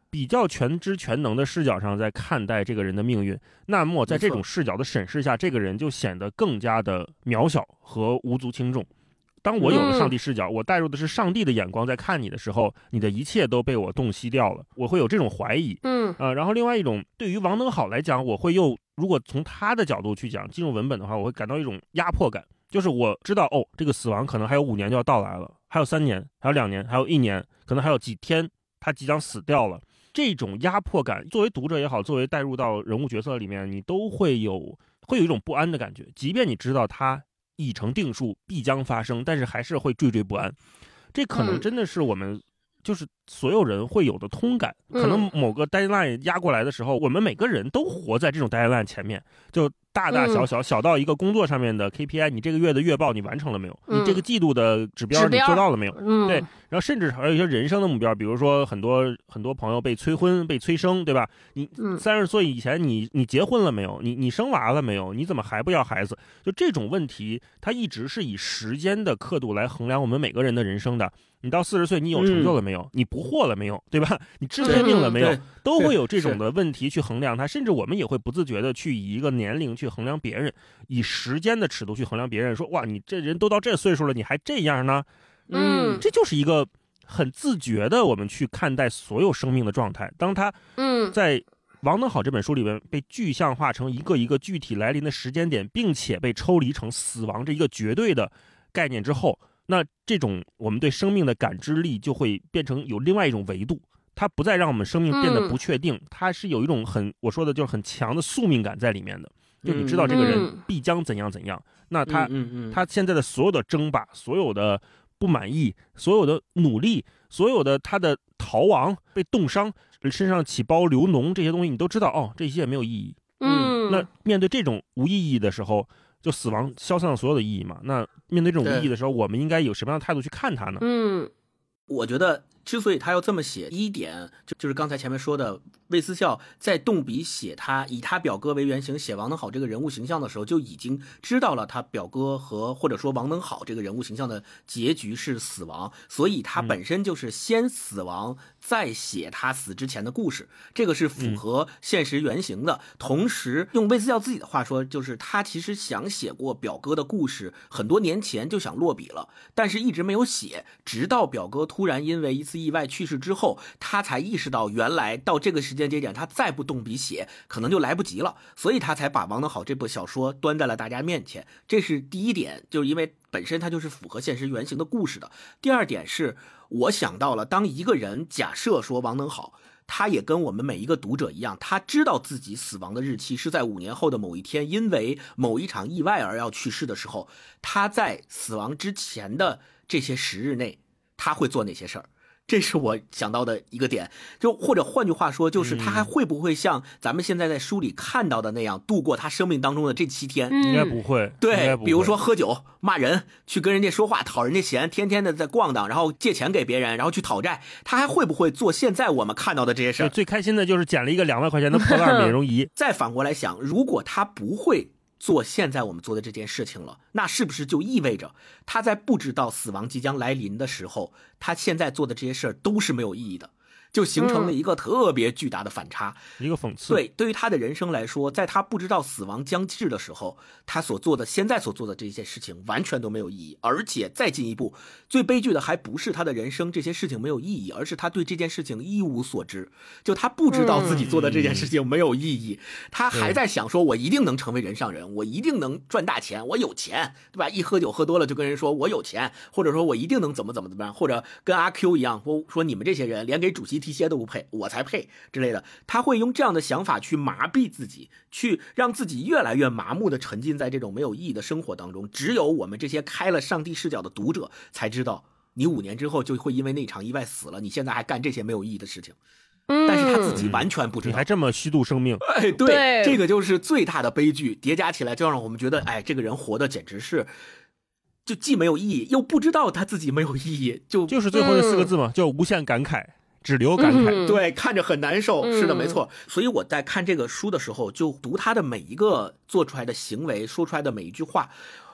比较全知全能的视角上在看待这个人的命运，那么在这种视角的审视下，这个人就显得更加的渺小和无足轻重。当我有了上帝视角，我带入的是上帝的眼光在看你的时候，你的一切都被我洞悉掉了，我会有这种怀疑。 嗯呃，然后另外一种，对于王能好来讲，我会又如果从他的角度去讲，进入文本的话，我会感到一种压迫感，就是我知道哦，这个死亡可能还有五年就要到来了，还有三年，还有两年，还有一年，可能还有几天，他即将死掉了。这种压迫感，作为读者也好，作为带入到人物角色里面，你都会有会有一种不安的感觉，即便你知道他已成定数，必将发生，但是还是会惴惴不安。这可能真的是我们就是所有人会有的通感。可能某个 deadline 压过来的时候，我们每个人都活在这种 deadline 前面，就大大小小，小到一个工作上面的 K P I， 你这个月的月报你完成了没有？你这个季度的指标你做到了没有？对，然后甚至还有一些人生的目标，比如说很多很多朋友被催婚、被催生，对吧？你三十岁以前你你结婚了没有？你你生娃了没有？你怎么还不要孩子？就这种问题，它一直是以时间的刻度来衡量我们每个人的人生的。你到四十岁，你有成就了没有？嗯、你不惑了没有？对吧？你治天命了没有？都会有这种的问题去衡量它，甚至我们也会不自觉的去以一个年龄去衡量别人，以时间的尺度去衡量别人，说哇，你这人都到这岁数了，你还这样呢？嗯，这就是一个很自觉的我们去看待所有生命的状态。当他嗯在王能好这本书里面被具象化成一个一个具体来临的时间点，并且被抽离成死亡这一个绝对的概念之后，那这种我们对生命的感知力就会变成有另外一种维度，它不再让我们生命变得不确定，嗯、它是有一种很我说的就是很强的宿命感在里面的。就你知道这个人必将怎样怎样，嗯、那他、嗯嗯、他现在的所有的争霸，所有的不满意，所有的努力，所有的他的逃亡、被冻伤、身上起包流脓这些东西，你都知道哦，这些没有意义。嗯，那面对这种无意义的时候，就死亡消散了所有的意义嘛。那面对这种无意义的时候，我们应该有什么样的态度去看它呢？ 嗯，我觉得之所以他要这么写，第一点就就是刚才前面说的，魏思孝在动笔写他以他表哥为原型写王能好这个人物形象的时候，就已经知道了他表哥和或者说王能好这个人物形象的结局是死亡，所以他本身就是先死亡、嗯、再写他死之前的故事，这个是符合现实原型的。嗯、同时用魏思孝自己的话说，就是他其实想写过表哥的故事，很多年前就想落笔了，但是一直没有写，直到表哥突然因为一次意外去世之后，他才意识到原来到这个时间节点他再不动笔写可能就来不及了，所以他才把王能好这部小说端在了大家面前。这是第一点，就是因为本身它就是符合现实原型的故事的。第二点是我想到了，当一个人假设说王能好他也跟我们每一个读者一样，他知道自己死亡的日期是在五年后的某一天，因为某一场意外而要去世的时候，他在死亡之前的这些时日内他会做哪些事儿，这是我想到的一个点。就或者换句话说，就是他还会不会像咱们现在在书里看到的那样度过他生命当中的这七天？ 应该不会。 对， 不会， 比如说喝酒、骂人、去跟人家说话、讨人家嫌，天天的在逛荡，然后借钱给别人，然后去讨债，他还会不会做现在我们看到的这些事儿？ 最开心的就是捡了一个两万块钱的破烂美容仪。 再反过来想，如果他不会做现在我们做的这件事情了，那是不是就意味着他在不知道死亡即将来临的时候，他现在做的这些事儿都是没有意义的，就形成了一个特别巨大的反差、 嗯、一个讽刺。 对，对于他的人生来说，在他不知道死亡将至的时候，他所做的现在所做的这些事情完全都没有意义。而且再进一步，最悲剧的还不是他的人生这些事情没有意义，而是他对这件事情一无所知。就他不知道自己做的这件事情没有意义、嗯、他还在想说我一定能成为人上人，我一定能赚大钱，我有钱，对吧？一喝酒喝多了就跟人说我有钱，或者说我一定能怎么怎么怎么样，或者跟阿 Q 一样，我说你们这些人连给主席提鞋都不配，我才配之类的。他会用这样的想法去麻痹自己，去让自己越来越麻木的沉浸在这种没有意义的生活当中。只有我们这些开了上帝视角的读者才知道，你五年之后就会因为那场意外死了，你现在还干这些没有意义的事情。但是他自己完全不知道， 你还这么虚度生命。 哎，对，对，这个就是最大的悲剧，叠加起来就让我们觉得，哎，这个人活的简直是就既没有意义，又不知道他自己没有意义，就就是最后这四个字嘛，叫无限感慨，只留感慨、 嗯、对，看着很难受、嗯、是的，没错。所以我在看这个书的时候，就读他的每一个做出来的行为，说出来的每一句话，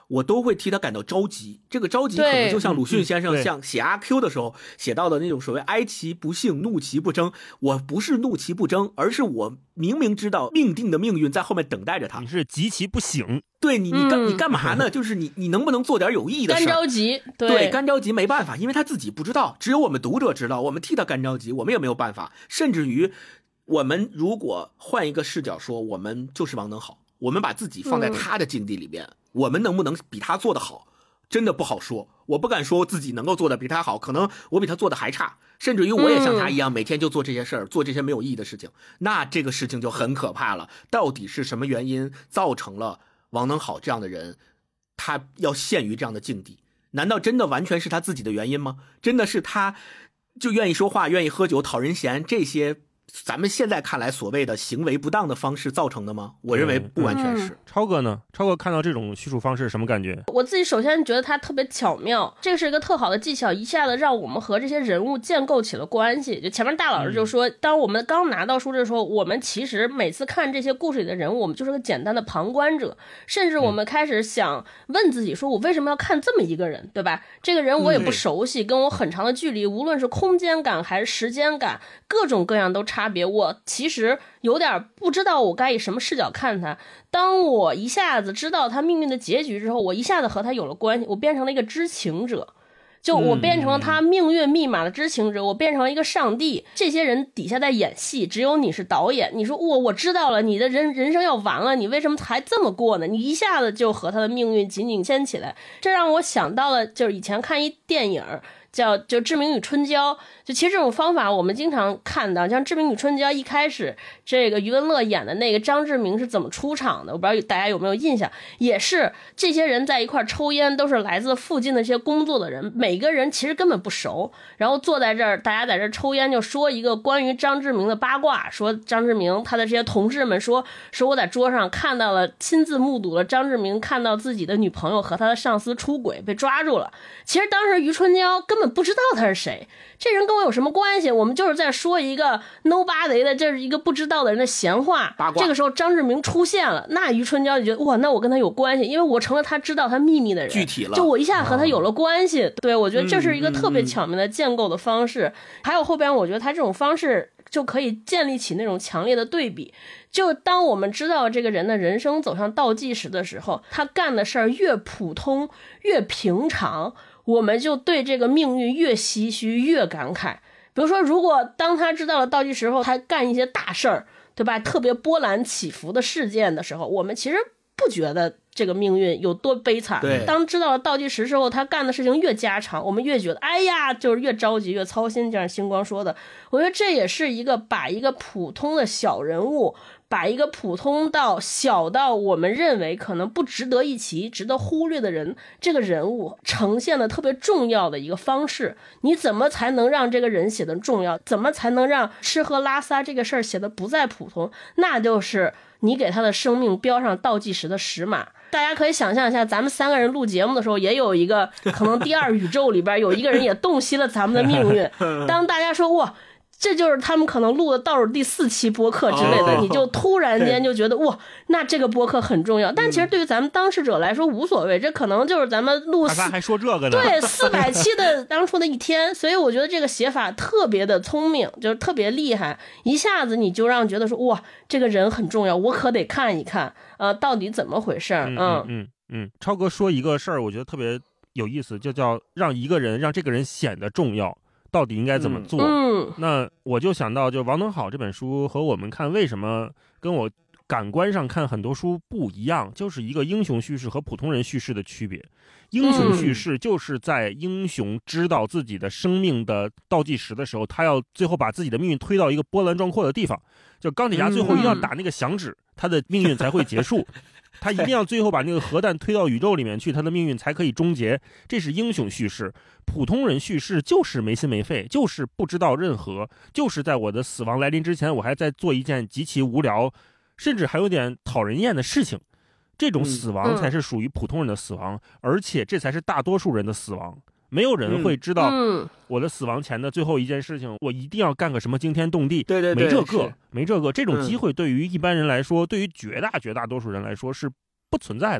我都会替他感到着急。这个着急可能就像鲁迅先生像写阿 Q 的时候写到的那种所谓哀其不幸，怒其不争。我不是怒其不争，而是我明明知道命定的命运在后面等待着他。 你是急其不醒。 对你，你干你干嘛呢？就是你，你能不能做点有意义的事？ 干着急， 对，对，干着急没办法，因为他自己不知道，只有我们读者知道，我们替他干着急，我们也没有办法。甚至于，我们如果换一个视角说，我们就是王能好，我们把自己放在他的境地里边，嗯、我们能不能比他做得好？真的不好说，我不敢说自己能够做得比他好，可能我比他做得还差，甚至于我也像他一样，每天就做这些事儿，做这些没有意义的事情，那这个事情就很可怕了。到底是什么原因造成了王能好这样的人，他要陷于这样的境地？难道真的完全是他自己的原因吗？真的是他就愿意说话，愿意喝酒，讨人嫌，这些咱们现在看来所谓的行为不当的方式造成的吗？我认为不完全是。 嗯、 超哥呢？超哥看到这种叙述方式什么感觉？ 我自己首先觉得它特别巧妙，这是一个特好的技巧，一下子让我们和这些人物建构起了关系。就前面大老师就说，嗯、当我们刚拿到书的时候，我们其实每次看这些故事里的人物，我们就是个简单的旁观者，甚至我们开始想问自己说，我为什么要看这么一个人，对吧？这个人我也不熟悉，嗯、跟我很长的距离，无论是空间感还是时间感，各种各样都差别，我其实有点不知道我该以什么视角看他。当我一下子知道他命运的结局之后，我一下子和他有了关系，我变成了一个知情者，就我变成了他命运密码的知情者，我变成了一个上帝。这些人底下在演戏，只有你是导演。你说我我知道了，你的人人生要完了，你为什么还这么过呢？你一下子就和他的命运紧紧牵起来，这让我想到了，就是以前看一电影叫就《志明与春娇》，就其实这种方法我们经常看到，像《志明与春娇》一开始这个余文乐演的那个张志明是怎么出场的，我不知道大家有没有印象，也是这些人在一块抽烟，都是来自附近的这些工作的人，每个人其实根本不熟，然后坐在这儿，大家在这儿抽烟，就说一个关于张志明的八卦，说张志明他的这些同事们说说我在桌上看到了，亲自目睹了张志明看到自己的女朋友和他的上司出轨被抓住了。其实当时余春娇根本不知道他是谁，这人跟我有什么关系？我们就是在说一个 nobody 的，这是一个不知道的人的闲话。 八卦。 这个时候张志明出现了，那余春娇就觉得哇，那我跟他有关系，因为我成了他知道他秘密的人， 具体了， 就我一下和他有了关系。哦、对，我觉得这是一个特别巧妙的建构的方式。嗯嗯嗯、还有后边，我觉得他这种方式就可以建立起那种强烈的对比。就当我们知道这个人的人生走向倒计时的时候，他干的事儿越普通越平常，我们就对这个命运越唏嘘越感慨。比如说，如果当他知道了倒计时后他干一些大事儿，对吧，特别波澜起伏的事件的时候，我们其实不觉得这个命运有多悲惨。当知道了倒计时之后，他干的事情越家常，我们越觉得哎呀，就是越着急越操心。就像星光说的，我觉得这也是一个把一个普通的小人物，把一个普通到小到我们认为可能不值得一提、值得忽略的人，这个人物呈现的特别重要的一个方式。你怎么才能让这个人写的重要？怎么才能让吃喝拉撒这个事儿写的不再普通？那就是你给他的生命标上倒计时的时码。大家可以想象一下，咱们三个人录节目的时候，也有一个可能第二宇宙里边有一个人也洞悉了咱们的命运。当大家说哇，这就是他们可能录的倒数第四期播客之类的，你就突然间就觉得哇，那这个播客很重要。但其实对于咱们当事者来说无所谓，这可能就是咱们录四还说这个呢， 对四百期的当初的一天。所以我觉得这个写法特别的聪明，就是特别厉害，一下子你就让觉得说哇，这个人很重要，我可得看一看，呃，到底怎么回事。 嗯嗯嗯嗯，超哥说一个事儿，我觉得特别有意思，就叫让一个人让这个人显得重要。到底应该怎么做？ 嗯， 那我就想到，就王能好这本书和我们看为什么跟我感官上看很多书不一样，就是一个英雄叙事和普通人叙事的区别。英雄叙事就是在英雄知道自己的生命的倒计时的时候，他要最后把自己的命运推到一个波澜壮阔的地方。就钢铁侠最后一定要打那个响指，他的命运才会结束。他一定要最后把那个核弹推到宇宙里面去，他的命运才可以终结。这是英雄叙事。普通人叙事就是没心没肺，就是不知道任何，就是在我的死亡来临之前，我还在做一件极其无聊，甚至还有点讨人厌的事情。这种死亡才是属于普通人的死亡，嗯、而且这才是大多数人的死亡。没有人会知道我的死亡前的最后一件事情，嗯、我一定要干个什么惊天动地。 对对对， 没这个，没这个，这种机会对于一般人来说，嗯、对于绝大绝大多数人来说是不存在的。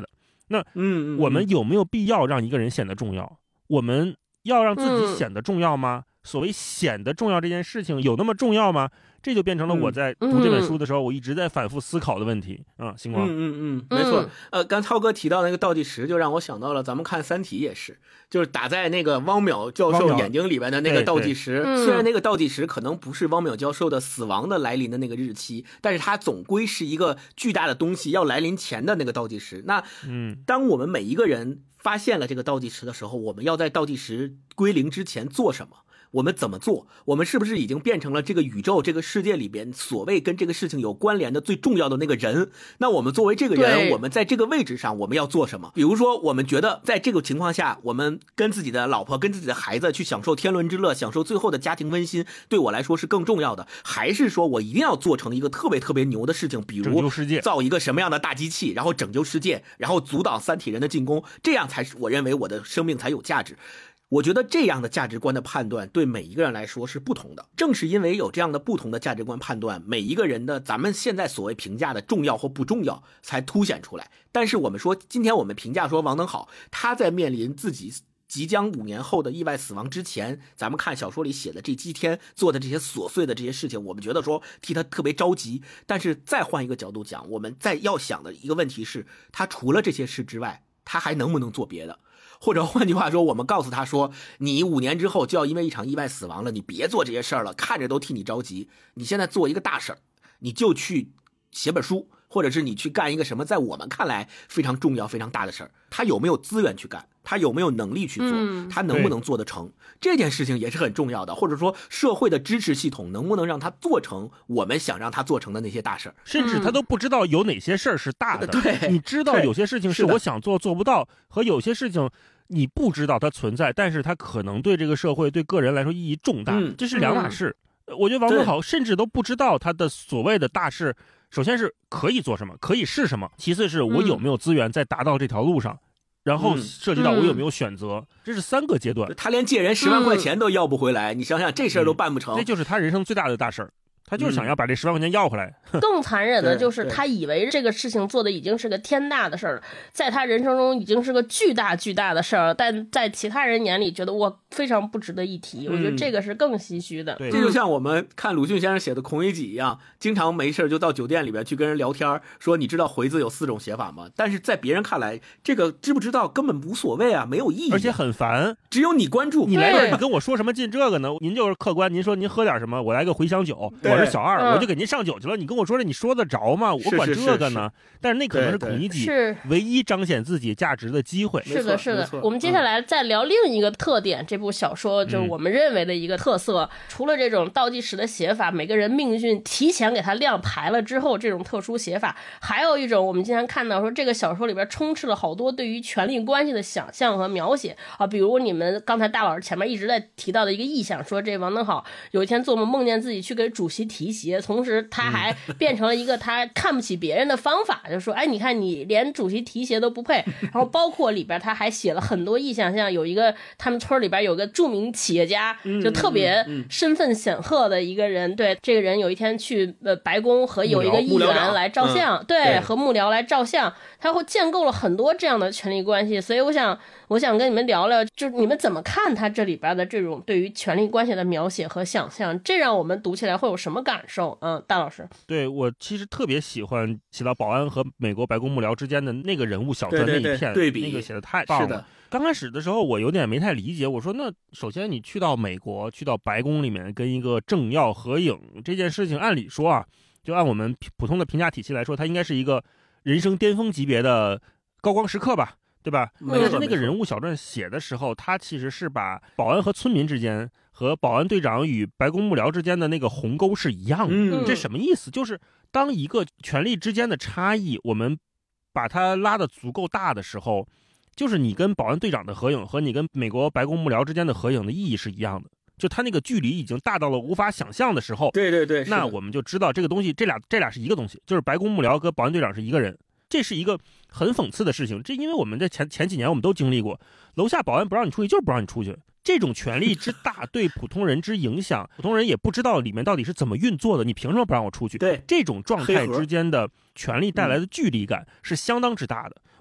那我们有没有必要让一个人显得重要？我们要让自己显得重要吗？嗯、所谓显得重要这件事情有那么重要吗？这就变成了我在读这本书的时候，嗯、我一直在反复思考的问题啊，星光。 嗯嗯嗯，没错。呃，刚涛哥提到那个倒计时，就让我想到了咱们看《三体》也是，就是打在那个汪淼教授眼睛里边的那个倒计时。虽然那个倒计时可能不是汪淼教授的死亡的来临的那个日期，但是它总归是一个巨大的东西要来临前的那个倒计时。那嗯，当我们每一个人发现了这个倒计时的时候，我们要在倒计时归零之前做什么？我们怎么做？我们是不是已经变成了这个宇宙这个世界里边所谓跟这个事情有关联的最重要的那个人？那我们作为这个人，我们在这个位置上我们要做什么？比如说我们觉得在这个情况下，我们跟自己的老婆跟自己的孩子去享受天伦之乐，享受最后的家庭温馨，对我来说是更重要的，还是说我一定要做成一个特别特别牛的事情，比如造一个什么样的大机器，然后拯救世界，然后阻挡三体人的进攻，这样才是我认为我的生命才有价值。我觉得这样的价值观的判断对每一个人来说是不同的，正是因为有这样的不同的价值观判断，每一个人的咱们现在所谓评价的重要或不重要才凸显出来。但是我们说今天我们评价说王能好，他在面临自己即将五年后的意外死亡之前，咱们看小说里写的这几天做的这些琐碎的这些事情，我们觉得说替他特别着急。但是再换一个角度讲，我们再要想的一个问题是，他除了这些事之外，他还能不能做别的？或者换句话说，我们告诉他说，你五年之后就要因为一场意外死亡了，你别做这些事儿了，看着都替你着急。你现在做一个大事儿，你就去写本书，或者是你去干一个什么在我们看来非常重要非常大的事儿。他有没有资源去干？他有没有能力去做？他能不能做得成？这件事情也是很重要的。或者说社会的支持系统能不能让他做成我们想让他做成的那些大事儿？ 甚至他都不知道有哪些事儿是大的。对，你知道有些事情是我想做做不到，和有些事情你不知道它存在，但是它可能对这个社会对个人来说意义重大，嗯、这是两码事。嗯、我觉得王能好甚至都不知道他的所谓的大事，首先是可以做什么，可以是什么，其次是我有没有资源在达到这条路上。嗯然后涉及到我有没有选择，嗯、这是三个阶段。 他连借人十万块钱都要不回来，嗯、你想想这事儿都办不成， 这就是他人生最大的大事儿。他就是想要把这十万块钱要回来。 更残忍的就是他以为这个事情做的已经是个天大的事儿了，在他人生中已经是个巨大巨大的事儿，但在其他人眼里觉得我非常不值得一提。嗯、我觉得这个是更唏嘘的。 这就像我们看鲁迅先生写的《孔乙己》一样，经常没事就到酒店里边去跟人聊天，说你知道回字有四种写法吗？但是在别人看来，这个知不知道根本无所谓啊，没有意义， 而且很烦。 只有你关注， 你来这儿，你跟我说什么进这个呢？您就是客观，您说您喝点什么，我来个茴香酒。我是小二，嗯、我就给您上酒去了。你跟我说这，你说得着吗？我管这个呢。是是是是，但是那可能是孔乙己唯一彰显自己价值的机会。 是的，是的。我们接下来再聊另一个特点，嗯、这部小说就是我们认为的一个特色。嗯、除了这种倒计时的写法，每个人命运提前给他亮牌了之后，这种特殊写法，还有一种我们经常看到说，这个小说里边充斥了好多对于权力关系的想象和描写啊，比如你们刚才大老师前面一直在提到的一个意象，说这王能好有一天做梦梦见自己去给主席提鞋，同时他还变成了一个他看不起别人的方法，就说哎，你看你连主席提鞋都不配。然后包括里边他还写了很多意象，像有一个他们村里边有个著名企业家，就特别身份显赫的一个人，对，这个人有一天去呃白宫和有一个议员来照相，对，和幕僚来照相，他会建构了很多这样的权力关系。所以我想我想跟你们聊聊，就是你们怎么看他这里边的这种对于权力关系的描写和想象，这让我们读起来会有什么感受？嗯，大老师。 对，我其实特别喜欢写到保安和美国白宫幕僚之间的那个人物小传那一片， 对比那个写的太棒了。是的，刚开始的时候我有点没太理解，我说那首先你去到美国，去到白宫里面跟一个政要合影这件事情，按理说啊，就按我们普通的评价体系来说，它应该是一个人生巅峰级别的高光时刻吧，对吧？但是那个人物小传写的时候，他其实是把保安和村民之间和保安队长与白宫幕僚之间的那个鸿沟是一样的。嗯、这什么意思？就是当一个权力之间的差异，我们把它拉得足够大的时候，就是你跟保安队长的合影和你跟美国白宫幕僚之间的合影的意义是一样的。就他那个距离已经大到了无法想象的时候， 对对对， 那我们就知道这个东西，这俩这俩是一个东西，就是白宫幕僚跟保安队长是一个人。这是一个很讽刺的事情，这因为我们在前前几年我们都经历过，楼下保安不让你出去就是不让你出去，这种权力之大对普通人之影响，普通人也不知道里面到底是怎么运作的，你凭什么不让我出去？ 对， 这种状态之间的权力带来的距离感是相当之大的。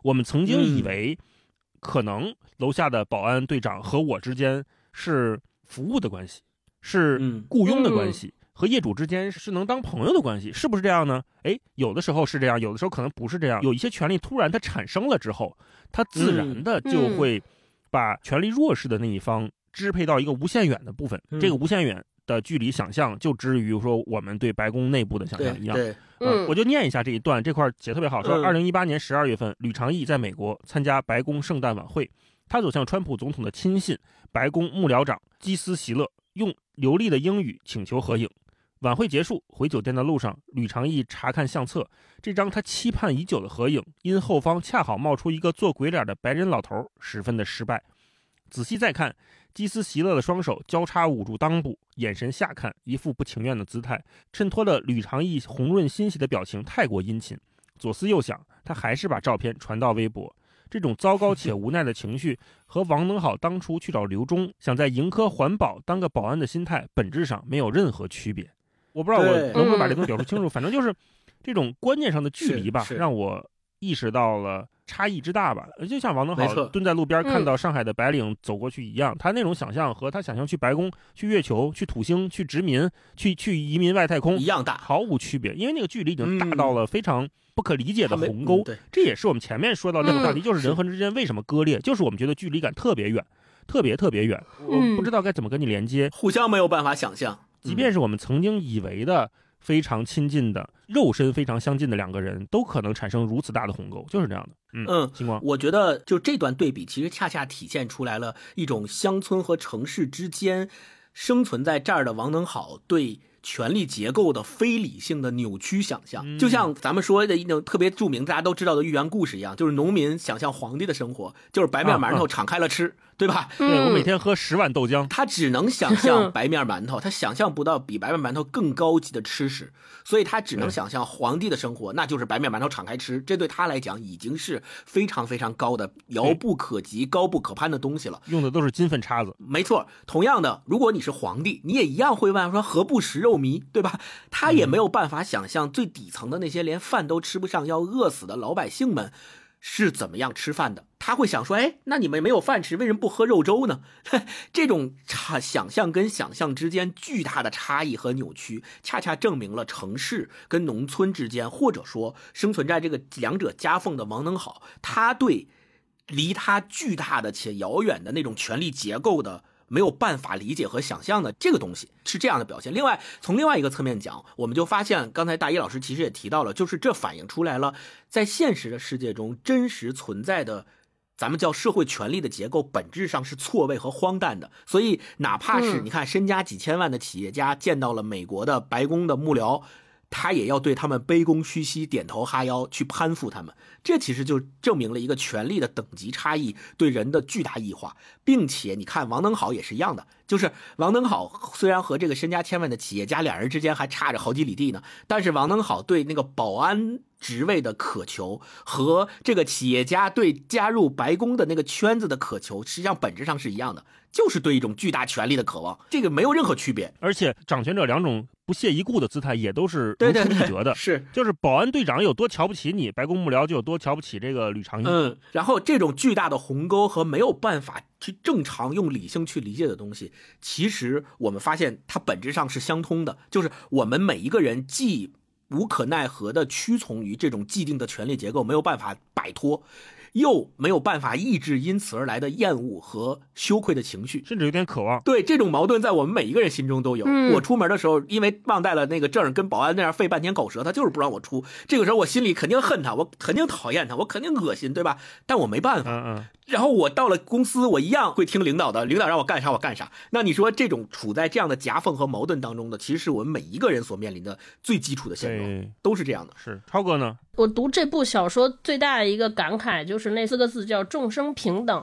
我们曾经以为可能楼下的保安队长和我之间是服务的关系，是雇佣的关系，嗯、和业主之间是能当朋友的关系，是不是这样呢？哎，有的时候是这样，有的时候可能不是这样。有一些权利突然它产生了之后，它自然的就会把权力弱势的那一方支配到一个无限远的部分，嗯、这个无限远的距离想象就之于说我们对白宫内部的想象一样。 对，对嗯，我就念一下这一段，这块写特别好，说二零一八年十二月份，吕长义在美国参加白宫圣诞晚会，他走向川普总统的亲信白宫幕僚长基斯席勒，用流利的英语请求合影。晚会结束，回酒店的路上，吕长义查看相册，这张他期盼已久的合影，因后方恰好冒出一个做鬼脸的白人老头，十分的失败。仔细再看，基斯席勒的双手交叉捂住裆部，眼神下看，一副不情愿的姿态，衬托了吕长义红润欣喜的表情太过殷勤。左思右想，他还是把照片传到微博。这种糟糕且无奈的情绪和王能好当初去找刘忠想在盈科环保当个保安的心态本质上没有任何区别。我不知道我能不能把这东西表述清楚，反正就是这种观念上的距离吧，让我意识到了差异之大吧。就像王能好蹲在路边看到上海的白领走过去一样，他那种想象和他想象去白宫、去月球、去土星、去殖民、去去移民外太空一样大， 毫无区别。因为那个距离已经大到了非常不可理解的鸿沟。 嗯、 这也是我们前面说到那个话题，就是人和人之间为什么割裂，就是我们觉得距离感特别远，特别特别远，我不知道该怎么跟你连接， 互相没有办法想象。 即便是我们曾经以为的非常亲近的肉身非常相近的两个人，都可能产生如此大的鸿沟，就是这样的。嗯嗯，星光， 我觉得就这段对比，其实恰恰体现出来了一种乡村和城市之间生存在这儿的王能好对权力结构的非理性的扭曲想象， 嗯、 就像咱们说的一种特别著名大家都知道的寓言故事一样，就是农民想象皇帝的生活，就是白面馒头敞开了吃。啊啊对吧？ 对，我每天喝十碗豆浆。 他只能想象白面馒头，他想象不到比白面馒头更高级的吃食，所以他只能想象皇帝的生活，那就是白面馒头敞开吃。这对他来讲已经是非常非常高的、遥不可及、高不可攀的东西了。 用的都是金粉叉子。 没错，同样的，如果你是皇帝，你也一样会问说何不食肉糜，对吧？他也没有办法想象最底层的那些连饭都吃不上要饿死的老百姓们是怎么样吃饭的。他会想说，哎，那你们没有饭吃，为什么不喝肉粥呢？这种差想象跟想象之间巨大的差异和扭曲，恰恰证明了城市跟农村之间，或者说生存在这个两者夹缝的王能好，他对离他巨大的且遥远的那种权力结构的没有办法理解和想象的这个东西是这样的表现。另外，从另外一个侧面讲，我们就发现，刚才大一老师其实也提到了，就是这反映出来了，在现实的世界中真实存在的咱们叫社会权力的结构本质上是错位和荒诞的。所以哪怕是你看身家几千万的企业家见到了美国的白宫的幕僚，他也要对他们卑躬屈膝、点头哈腰，去攀附他们。这其实就证明了一个权力的等级差异对人的巨大异化。并且你看王能好也是一样的，就是王能好虽然和这个身家千万的企业家两人之间还差着好几里地呢，但是王能好对那个保安职位的渴求和这个企业家对加入白宫的那个圈子的渴求，实际上本质上是一样的，就是对一种巨大权力的渴望，这个没有任何区别。 而且掌权者两种不屑一顾的姿态也都是如出一辙的。 对对对，是， 就是保安队长有多瞧不起你，白宫幕僚就有多瞧不起这个吕长义。 嗯，然后这种巨大的鸿沟和没有办法去正常用理性去理解的东西，其实我们发现它本质上是相通的，就是我们每一个人既无可奈何的屈从于这种既定的权力结构，没有办法摆脱，又没有办法抑制因此而来的厌恶和羞愧的情绪， 甚至有点渴望。 对，这种矛盾在我们每一个人心中都有。 嗯、 我出门的时候，因为忘带了那个证，跟保安那样费半天口舌，他就是不让我出。这个时候我心里肯定恨他，我肯定讨厌他，我肯定恶心，对吧？但我没办法。 嗯嗯。 然后我到了公司，我一样会听领导的，领导让我干啥我干啥。那你说这种处在这样的夹缝和矛盾当中的，其实是我们每一个人所面临的最基础的现状，都是这样的。 是，超哥呢？ 我读这部小说最大的一个感慨就是那四个字叫众生平等。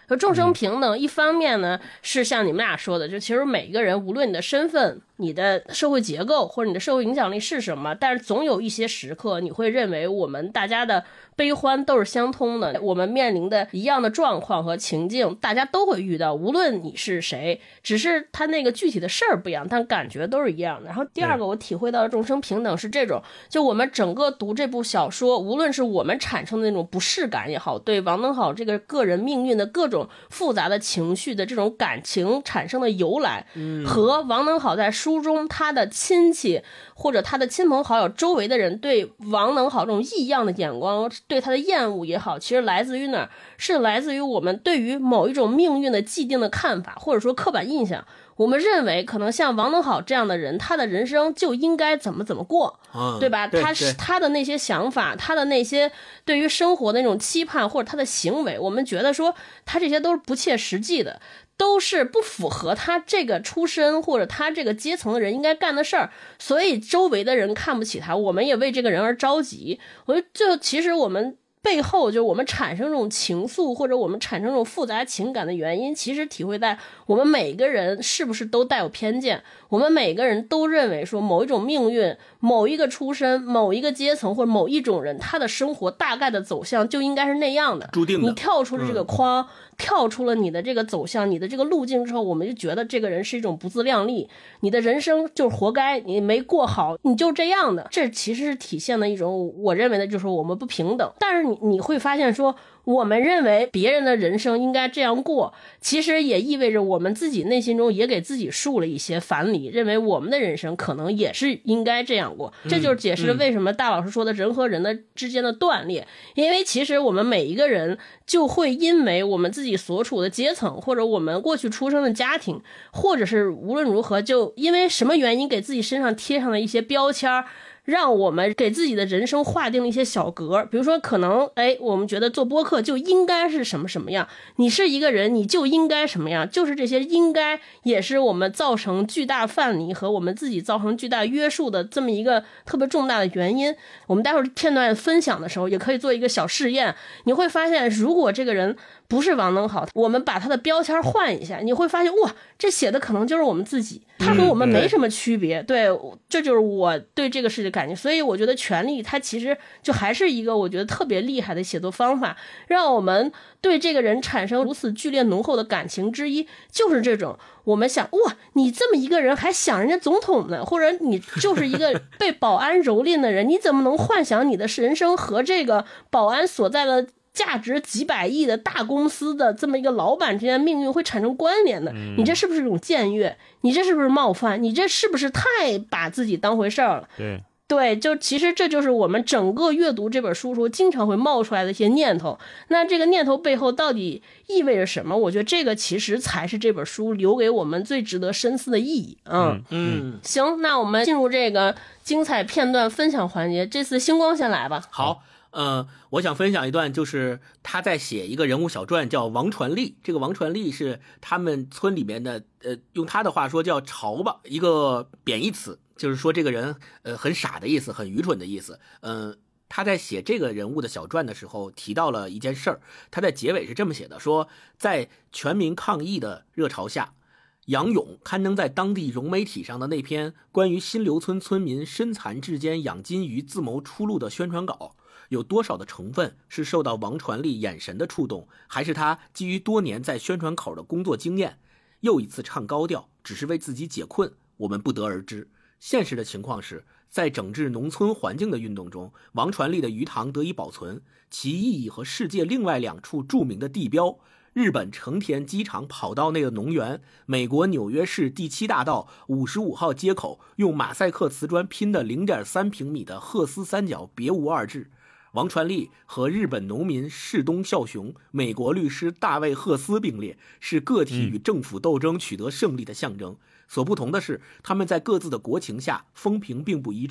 就众生平等，一方面呢是像你们俩说的，就其实每个人无论你的身份、你的社会结构或者你的社会影响力是什么，但是总有一些时刻你会认为我们大家的悲欢都是相通的，我们面临的一样的状况和情境大家都会遇到，无论你是谁，只是他那个具体的事儿不一样，但感觉都是一样的。然后第二个我体会到的众生平等是这种，就我们整个读这部小说，无论是我们产生的那种不适感也好，对王登好这个个人命运的各种复杂的情绪的这种感情产生的由来，嗯、和王登好在书中他的亲戚或者他的亲朋好友周围的人对王登好这种异样的眼光，对他的厌恶也好，其实来自于哪儿？是来自于我们对于某一种命运的既定的看法，或者说刻板印象。我们认为可能像王登好这样的人，他的人生就应该怎么怎么过，嗯、对吧？ 对他是他的那些想法，他的那些对于生活的那种期盼，或者他的行为，我们觉得说他这些都是不切实际的，都是不符合他这个出身或者他这个阶层的人应该干的事儿，所以周围的人看不起他，我们也为这个人而着急。我觉得就其实我们背后就是我们产生这种情愫或者我们产生这种复杂情感的原因，其实体会在我们每个人是不是都带有偏见，我们每个人都认为说某一种命运、某一个出身、某一个阶层或者某一种人，他的生活大概的走向就应该是那样的， 注定的。 你跳出了这个框、嗯、跳出了你的这个走向、你的这个路径之后，我们就觉得这个人是一种不自量力，你的人生就是活该，你没过好，你就这样的。这其实是体现的一种我认为的就是我们不平等。但是你你会发现说，我们认为别人的人生应该这样过，其实也意味着我们自己内心中也给自己树了一些反理，认为我们的人生可能也是应该这样过。这就是解释为什么大老师说的人和人的之间的断裂，因为其实我们每一个人就会因为我们自己所处的阶层，或者我们过去出生的家庭，或者是无论如何就因为什么原因给自己身上贴上了一些标签，让我们给自己的人生划定了一些小格。比如说可能哎，我们觉得做播客就应该是什么什么样，你是一个人你就应该什么样，就是这些应该也是我们造成巨大范围和我们自己造成巨大约束的这么一个特别重大的原因。我们待会儿片段分享的时候也可以做一个小试验，你会发现如果这个人不是王登好，我们把他的标签换一下，你会发现哇，这写的可能就是我们自己，他和我们没什么区别、嗯、对, 对，这就是我对这个事的感觉。所以我觉得权力它其实就还是一个我觉得特别厉害的写作方法，让我们对这个人产生如此剧烈浓厚的感情之一，就是这种我们想哇，你这么一个人还想人家总统呢，或者你就是一个被保安蹂躏的人，你怎么能幻想你的人生和这个保安所在的价值几百亿的大公司的这么一个老板之间命运会产生关联的、嗯、你这是不是一种僭越？你这是不是冒犯？你这是不是太把自己当回事儿了？ 对对，就其实这就是我们整个阅读这本书时候经常会冒出来的一些念头。那这个念头背后到底意味着什么？我觉得这个其实才是这本书留给我们最值得深思的意义。嗯嗯， 行，那我们进入这个精彩片段分享环节。这次星光先来吧。 好。呃，我想分享一段，就是他在写一个人物小传，叫王传利。这个王传利是他们村里面的，呃，用他的话说叫潮吧，一个贬义词，就是说这个人呃很傻的意思，很愚蠢的意思。嗯、呃，他在写这个人物的小传的时候提到了一件事儿，他在结尾是这么写的，说在全民抗议的热潮下，杨勇刊登在当地融媒体上的那篇关于新留村村民身残志坚养金鱼自谋出路的宣传稿，有多少的成分是受到王传利眼神的触动，还是他基于多年在宣传口的工作经验又一次唱高调，只是为自己解困，我们不得而知。现实的情况是，在整治农村环境的运动中，王传利的鱼塘得以保存，其意义和世界另外两处著名的地标，日本成田机场跑道内的农园，美国纽约市第七大道五十五号街口用马赛克瓷砖拼的 零点三平米的赫斯三角别无二致。王传利和日本农民世东孝雄、美国律师大卫赫斯并列，是个体与政府斗争取得胜利的象征。所不同的是，他们在各自的国情下风评并不一致。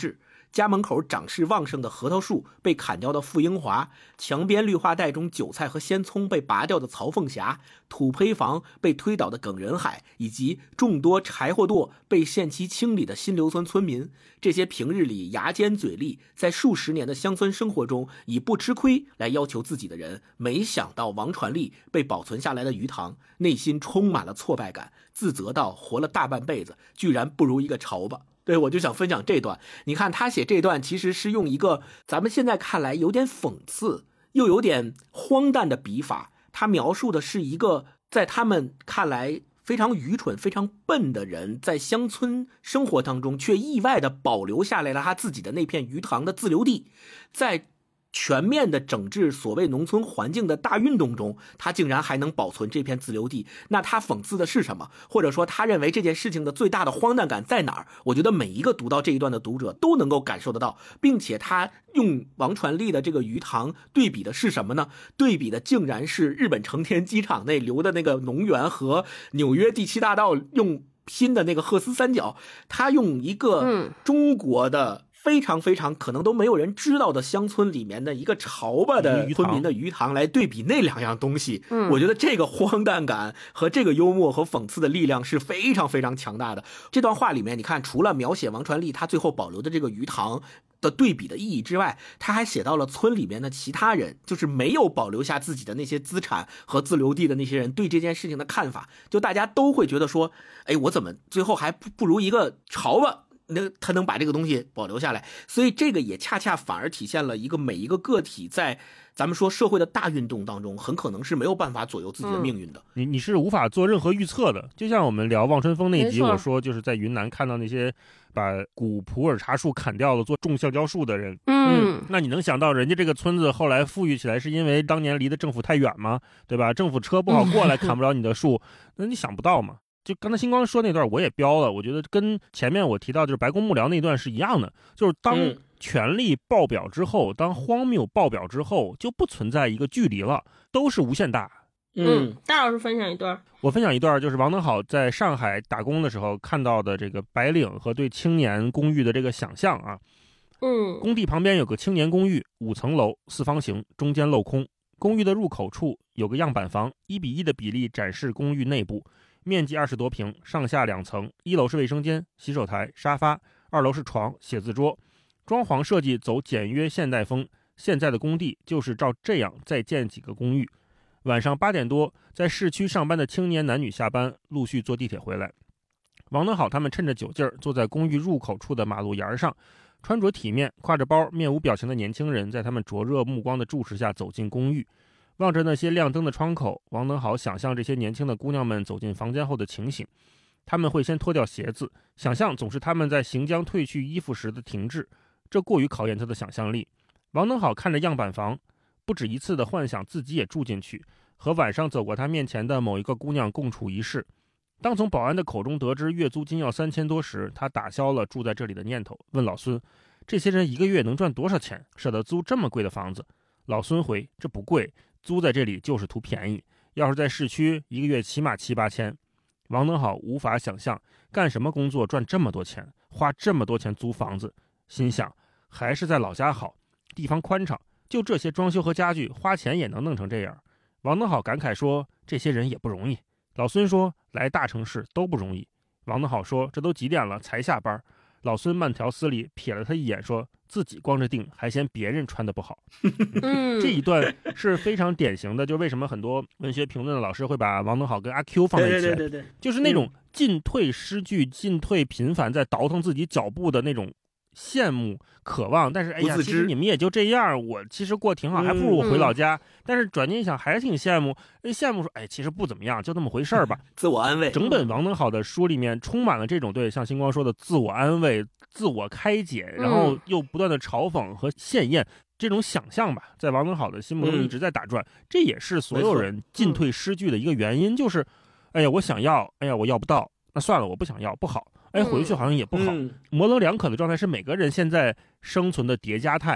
家门口长势旺盛的核桃树被砍掉的傅英华，墙边绿化带中韭菜和鲜葱被拔掉的曹凤霞，土坯房被推倒的耿仁海，以及众多柴火垛被限期清理的新留村村民，这些平日里牙尖嘴利，在数十年的乡村生活中以不吃亏来要求自己的人，没想到王传力被保存下来的鱼塘，内心充满了挫败感，自责到活了大半辈子居然不如一个潮吧。对，我就想分享这段。你看他写这段其实是用一个咱们现在看来有点讽刺又有点荒诞的笔法，他描述的是一个在他们看来非常愚蠢非常笨的人，在乡村生活当中却意外的保留下来了他自己的那片鱼塘的自留地，在全面的整治所谓农村环境的大运动中，他竟然还能保存这片自留地。那他讽刺的是什么？或者说他认为这件事情的最大的荒诞感在哪儿？我觉得每一个读到这一段的读者都能够感受得到，并且他用王传力的这个鱼塘对比的是什么呢？对比的竟然是日本成田机场内留的那个农园和纽约第七大道用拼的那个赫斯三角。他用一个中国的非常非常可能都没有人知道的乡村里面的一个潮吧的村民的鱼塘来对比那两样东西，嗯，我觉得这个荒诞感和这个幽默和讽刺的力量是非常非常强大的。这段话里面你看，除了描写王传力他最后保留的这个鱼塘的对比的意义之外，他还写到了村里面的其他人，就是没有保留下自己的那些资产和自留地的那些人对这件事情的看法。就大家都会觉得说，哎，我怎么最后还不不如一个潮吧，那他能把这个东西保留下来。所以这个也恰恰反而体现了一个每一个个体在咱们说社会的大运动当中很可能是没有办法左右自己的命运的， 嗯、你你是无法做任何预测的。就像我们聊望春风那集，我说就是在云南看到那些把古普洱茶树砍掉了做种橡胶树的人，嗯，那你能想到人家这个村子后来富裕起来是因为当年离的政府太远吗？对吧？政府车不好过来，砍不了你的树，那你想不到嘛。就刚才星光说那段我也标了，我觉得跟前面我提到就是白宫幕僚那段是一样的，就是当权力爆表之后，当荒谬爆表之后，就不存在一个距离了，都是无限大。 嗯，大老师分享一段。 我分享一段，就是王登好在上海打工的时候看到的这个白领和对青年公寓的这个想象啊。 嗯， 工地旁边有个青年公寓，五层楼，四方形，中间镂空。公寓的入口处有个样板房，一比一的比例展示公寓内部。面积二十多平，上下两层，一楼是卫生间、洗手台、沙发，二楼是床、写字桌。装潢设计走简约现代风，现在的工地就是照这样再建几个公寓。晚上八点多，在市区上班的青年男女下班，陆续坐地铁回来。王登好他们趁着酒劲儿，坐在公寓入口处的马路沿上，穿着体面、挎着包、面无表情的年轻人在他们灼热目光的注视下走进公寓。望着那些亮灯的窗口，王登好想象这些年轻的姑娘们走进房间后的情形。他们会先脱掉鞋子，想象总是他们在行将褪去衣服时的停滞，这过于考验他的想象力。王登好看着样板房，不止一次地幻想自己也住进去，和晚上走过他面前的某一个姑娘共处一室。当从保安的口中得知月租金要三千多时，他打消了住在这里的念头，问老孙，这些人一个月能赚多少钱，舍得租这么贵的房子？老孙回，这不贵，租在这里就是图便宜，要是在市区，一个月起码七八千。王登好无法想象干什么工作赚这么多钱，花这么多钱租房子，心想还是在老家好，地方宽敞，就这些装修和家具，花钱也能弄成这样。王登好感慨说，这些人也不容易。老孙说，来大城市都不容易。王登好说，这都几点了才下班。老孙慢条斯理瞥了他一眼，说自己光着腚还嫌别人穿得不好。 嗯， 这一段是非常典型的，就是为什么很多文学评论的老师会把王登好跟阿 Q 放在一起， 对对对对， 就是那种进退失据、进退频繁，在倒腾自己脚步的那种羡慕、渴望。但是哎呀，其实你们也就这样，我其实过挺好，还不如我回老家。嗯、但是转念一想，还是挺羡慕，羡慕说，哎，其实不怎么样，就那么回事儿吧， 自我安慰。 整本王登好的书里面充满了这种对，像星光说的自我安慰、自我开解，然后又不断的嘲讽和羡艳。这种想象吧，在王登好的心目中一直在打转，嗯、这也是所有人进退失据的一个原因，嗯、就是，哎呀，我想要，哎呀，我要不到，那算了，我不想要，不好，哎，回去好像也不好，嗯、模棱两可的状态是每个人现在生存的叠加态。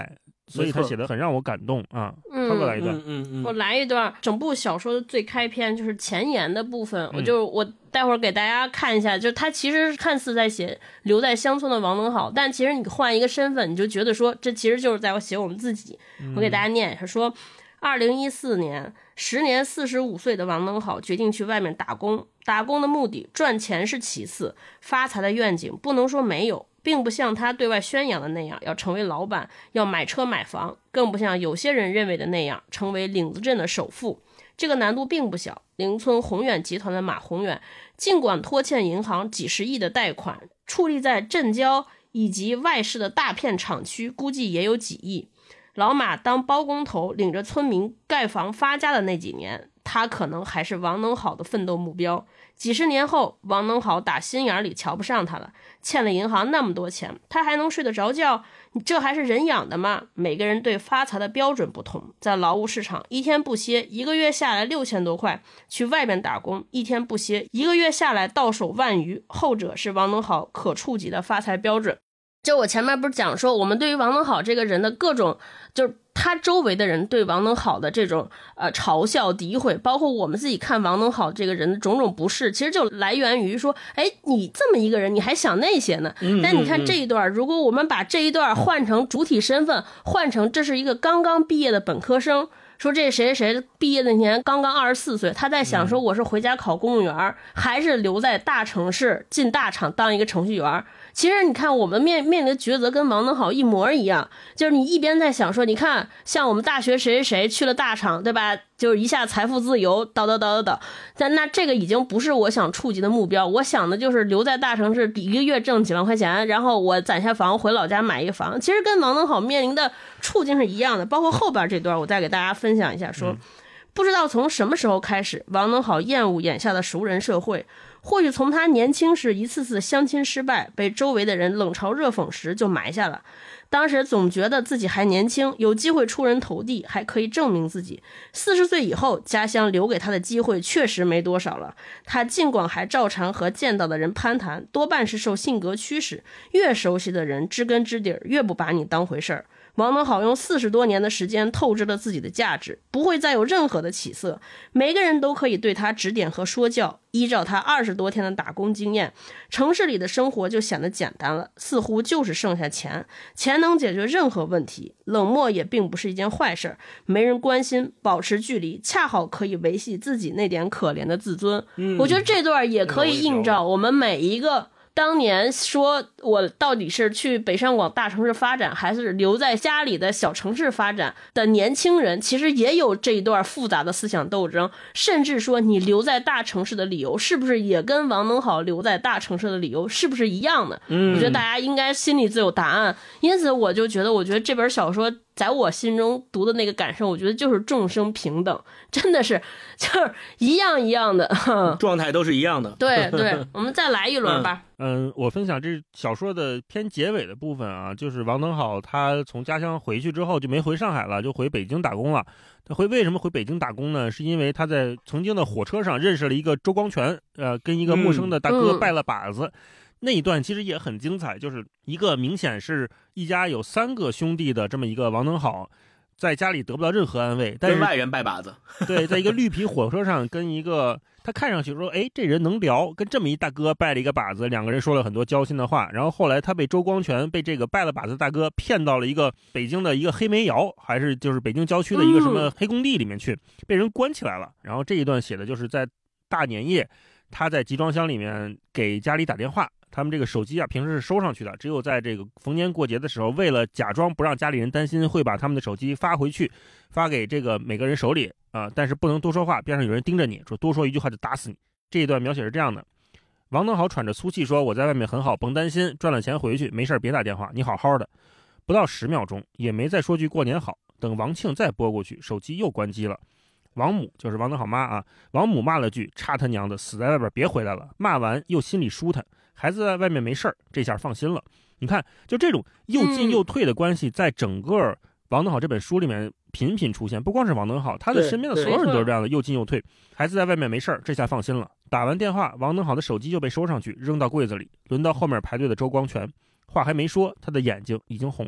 所以他写的很让我感动啊。嗯，涛哥来一段。 嗯嗯嗯， 我来一段。整部小说的最开篇就是前言的部分，嗯、我就我待会儿给大家看一下，就他其实看似在写留在乡村的王能好，但其实你换一个身份，你就觉得说这其实就是在写我们自己。嗯、我给大家念一下，说二零一四年，时年四十五岁的王能好决定去外面打工，打工的目的赚钱是其次，发财的愿景不能说没有。并不像他对外宣扬的那样要成为老板，要买车买房，更不像有些人认为的那样成为岭子镇的首富。这个难度并不小。邻村宏远集团的马宏远，尽管拖欠银行几十亿的贷款，矗立在镇郊以及外市的大片厂区，估计也有几亿。老马当包工头，领着村民盖房发家的那几年，他可能还是王能好的奋斗目标。几十年后，王能好打心眼里瞧不上他了，欠了银行那么多钱，他还能睡得着觉？这还是人养的吗？每个人对发财的标准不同，在劳务市场，一天不歇，一个月下来六千多块；去外边打工，一天不歇，一个月下来到手万余。后者是王能好可触及的发财标准。就我前面不是讲说，我们对于王能好这个人的各种，就是他周围的人对王能好的这种呃嘲笑诋毁，包括我们自己看王能好这个人的种种不适，其实就来源于说，哎，你这么一个人你还想那些呢？ 嗯、 但你看这一段，如果我们把这一段换成主体身份，换成这是一个刚刚毕业的本科生，说这谁谁谁毕业那年刚刚二十四岁，他在想说我是回家考公务员、嗯、还是留在大城市进大厂当一个程序员。其实你看我们面面临的抉择跟王能好一模一样，就是你一边在想说，你看像我们大学谁谁谁去了大厂，对吧，就是一下财富自由叨叨叨叨叨，但那这个已经不是我想触及的目标。我想的就是留在大城市一个月挣几万块钱，然后我攒下房回老家买一个房。其实跟王能好面临的处境是一样的。包括后边这段我再给大家分享一下，说不知道从什么时候开始，王能好厌恶眼下的熟人社会。或许从他年轻时一次次相亲失败，被周围的人冷嘲热讽时就埋下了。当时总觉得自己还年轻，有机会出人头地，还可以证明自己。四十岁以后，家乡留给他的机会确实没多少了。他尽管还照常和见到的人攀谈，多半是受性格驱使，越熟悉的人知根知底，越不把你当回事儿。王能好用四十多年的时间透支了自己的价值，不会再有任何的起色。每个人都可以对他指点和说教。依照他二十多天的打工经验，城市里的生活就显得简单了，似乎就是剩下钱，钱能解决任何问题。冷漠也并不是一件坏事，没人关心，保持距离，恰好可以维系自己那点可怜的自尊。嗯，我觉得这段也可以映照我们每一个当年说我到底是去北上广大城市发展还是留在家里的小城市发展的年轻人，其实也有这一段复杂的思想斗争。甚至说你留在大城市的理由是不是也跟王能好留在大城市的理由是不是一样的？嗯，我觉得大家应该心里自有答案。因此我就觉得我觉得这本小说在我心中读的那个感受，我觉得就是众生平等，真的是就是一样一样的状态都是一样的。 对对，我们再来一轮吧。 嗯，我分享这小说的偏结尾的部分啊，就是王能好他从家乡回去之后就没回上海了，就回北京打工了。他回为什么回北京打工呢？是因为他在曾经的火车上认识了一个周光全，呃，跟一个陌生的大哥拜了把子。嗯嗯，那一段其实也很精彩，就是一个明显是一家有三个兄弟的这么一个王能好，在家里得不到任何安慰，但是跟外人拜把子。 对，在一个绿皮火车上跟一个他看上去说，哎，这人能聊，跟这么一大哥拜了一个把子，两个人说了很多交心的话。然后后来他被周光全被这个拜了把子大哥骗到了一个北京的一个黑煤窑，还是就是北京郊区的一个什么黑工地里面去，被人关起来了。然后这一段写的就是在大年夜，他在集装箱里面给家里打电话。他们这个手机啊，平时是收上去的，只有在这个逢年过节的时候，为了假装不让家里人担心，会把他们的手机发回去，发给这个每个人手里啊、呃，但是不能多说话，边上有人盯着你，说多说一句话就打死你。这一段描写是这样的：王能好喘着粗气说：“我在外面很好，甭担心，赚了钱回去，没事别打电话，你好好的。”不到十秒钟，也没再说句过年好。等王庆再拨过去，手机又关机了。王母就是王能好妈啊，王母骂了句：“插他娘的，死在外边别回来了。”骂完又心里舒坦。孩子在外面没事儿，这下放心了。你看，就这种又进又退的关系，在整个王能好这本书里面频频出现。不光是王能好，他的身边的所有人都是这样的，又进又退。孩子在外面没事儿，这下放心了。打完电话，王能好的手机就被收上去，扔到柜子里。轮到后面排队的周光全，话还没说，他的眼睛已经红了。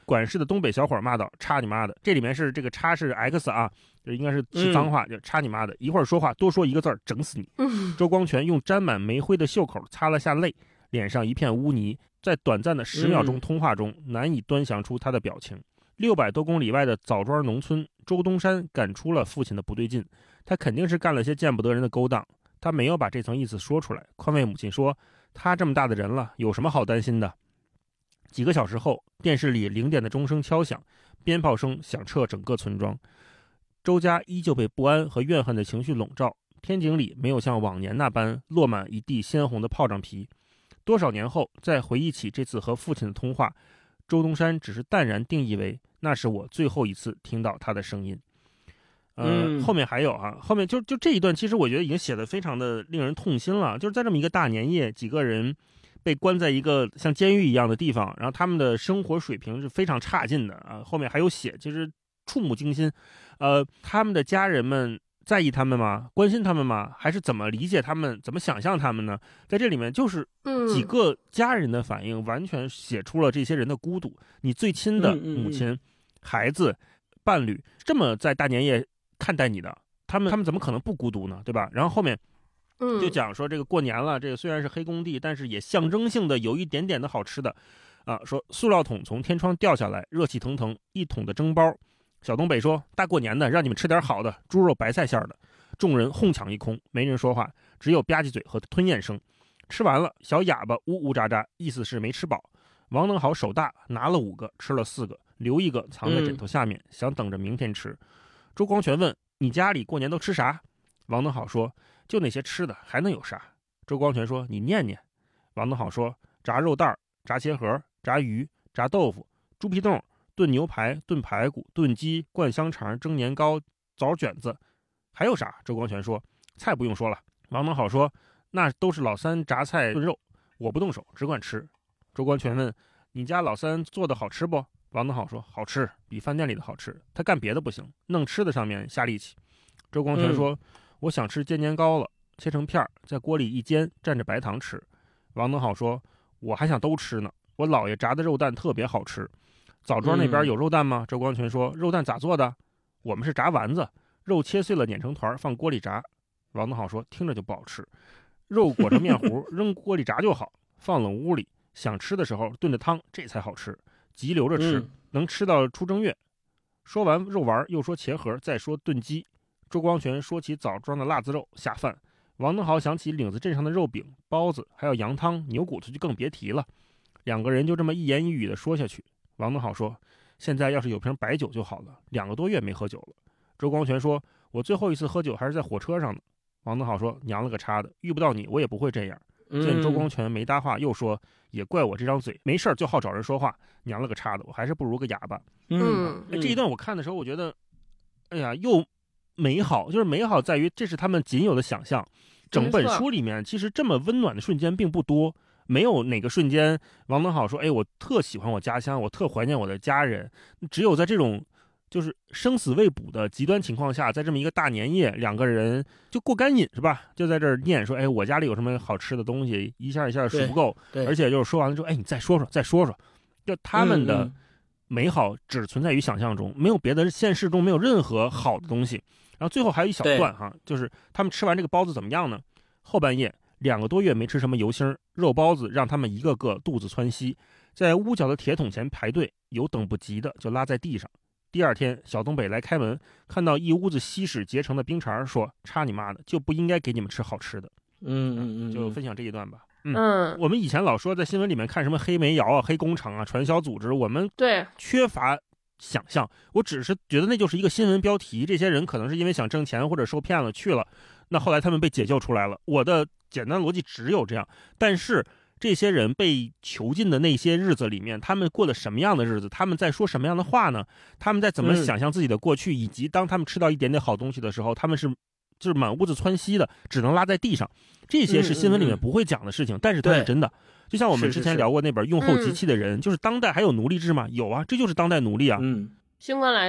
管事的东北小伙骂道：“插你妈的！”这里面是这个插是 X 啊，这应该是是脏话，就插你妈的！一会儿说话多说一个字儿，整死你！ 嗯、 周光全用沾满煤灰的袖口擦了下泪，脸上一片污泥，在短暂的十秒钟通话中，嗯、难以端详出他的表情。六百多公里外的枣庄农村，周东山感出了父亲的不对劲，他肯定是干了些见不得人的勾当。他没有把这层意思说出来，宽慰母亲说：“他这么大的人了，有什么好担心的？”几个小时后，电视里零点的钟声敲响，鞭炮声响彻整个村庄。周家依旧被不安和怨恨的情绪笼罩，天井里没有像往年那般落满一地鲜红的炮仗皮。多少年后，再回忆起这次和父亲的通话，周东山只是淡然定义为那是我最后一次听到他的声音。呃， 嗯、 后面还有啊，后面就就这一段，其实我觉得已经写得非常的令人痛心了。就是在这么一个大年夜，几个人被关在一个像监狱一样的地方，然后他们的生活水平是非常差劲的啊。后面还有写，其实触目惊心。呃，他们的家人们在意他们吗？关心他们吗？还是怎么理解他们？怎么想象他们呢？在这里面，就是几个家人的反应，完全写出了这些人的孤独。你最亲的母亲、嗯嗯嗯孩子、伴侣，这么在大年夜看待你的，他们他们怎么可能不孤独呢？对吧？然后后面就讲说，这个过年了，这个虽然是黑工地，但是也象征性的有一点点的好吃的啊。说塑料桶从天窗掉下来，热气腾腾，一桶的蒸包。小东北说，大过年的让你们吃点好的，猪肉白菜馅的。众人哄抢一空，没人说话，只有吧唧嘴和吞咽声。吃完了，小哑巴呜呜喳喳，意思是没吃饱。王能好手大，拿了五个，吃了四个，留一个藏在枕头下面，嗯、想等着明天吃。周光全问，你家里过年都吃啥？王能好说，就那些吃的，还能有啥？周光全说，你念念。王能好说，炸肉蛋、炸茄盒、炸鱼、炸豆腐、猪皮冻、炖牛排、炖排骨、炖鸡、灌香肠、蒸年糕、枣卷子，还有啥？周光全说，菜不用说了。王能好说，那都是老三炸菜炖肉，我不动手，只管吃。周光全问，你家老三做的好吃不？王能好说，好吃，比饭店里的好吃，他干别的不行，弄吃的上面下力气。周光全说、嗯、我想吃煎年糕了，切成片在锅里一煎，蘸着白糖吃。王能好说，我还想都吃呢，我姥爷炸的肉蛋特别好吃。枣庄那边有肉蛋吗？嗯、周光全说，肉蛋咋做的？我们是炸丸子，肉切碎了碾成团放锅里炸。王能好说，听着就不好吃，肉裹着面糊扔锅里炸就好，放冷屋里，想吃的时候炖着汤，这才好吃，急留着吃、嗯、能吃到出正月。说完肉丸，又说茄盒，再说炖鸡。周光全说起枣庄的辣子肉下饭，王能好想起岭子镇上的肉饼、包子，还有羊汤、牛骨头就更别提了。两个人就这么一言一语的说下去。王能好说，现在要是有瓶白酒就好了，两个多月没喝酒了。周光全说，我最后一次喝酒还是在火车上呢。王能好说，娘了个叉的，遇不到你我也不会这样。见周光全没搭话，又说，也怪我这张嘴，没事就好找人说话，娘了个叉的，我还是不如个哑巴。 嗯， 这一段我看的时候，我觉得，哎呀，又美好，就是美好在于这是他们仅有的想象。整本书里面其实这么温暖的瞬间并不多，没有哪个瞬间王能好说，哎，我特喜欢我家乡，我特怀念我的家人。只有在这种就是生死未卜的极端情况下，在这么一个大年夜，两个人就过干瘾是吧？就在这儿念说，哎，我家里有什么好吃的东西，一下一下数不够，而且就是说完了之后，哎，你再说说，再说说，就他们的美好只存在于想象中，没有别的，现实中没有任何好的东西。然后最后还有一小段哈，就是他们吃完这个包子怎么样呢？后半夜两个多月没吃什么油星肉包子，让他们一个个肚子窜稀，在屋角的铁桶前排队，有等不及的就拉在地上。第二天，小东北来开门，看到一屋子稀屎结成的冰碴，说：“插你妈的，就不应该给你们吃好吃的。” 嗯嗯嗯， 就分享这一段吧。 嗯，嗯我们以前老说在新闻里面看什么黑煤窑啊、黑工厂啊、传销组织，我们对缺乏想象。我只是觉得那就是一个新闻标题，这些人可能是因为想挣钱或者受骗了去了，那后来他们被解救出来了。我的简单逻辑只有这样，但是这些人被囚禁的那些日子里面，他们过了什么样的日子？他们在说什么样的话呢？他们在怎么想象自己的过去？嗯、以及当他们吃到一点点好东西的时候，他们是就是满屋子窜稀的，只能拉在地上。这些是新闻里面不会讲的事情，嗯嗯嗯但是它是真的。就像我们之前聊过那本《用后机器的人》是是是，就是当代还有奴隶制吗？有啊，这就是当代奴隶啊。 嗯，星光来的。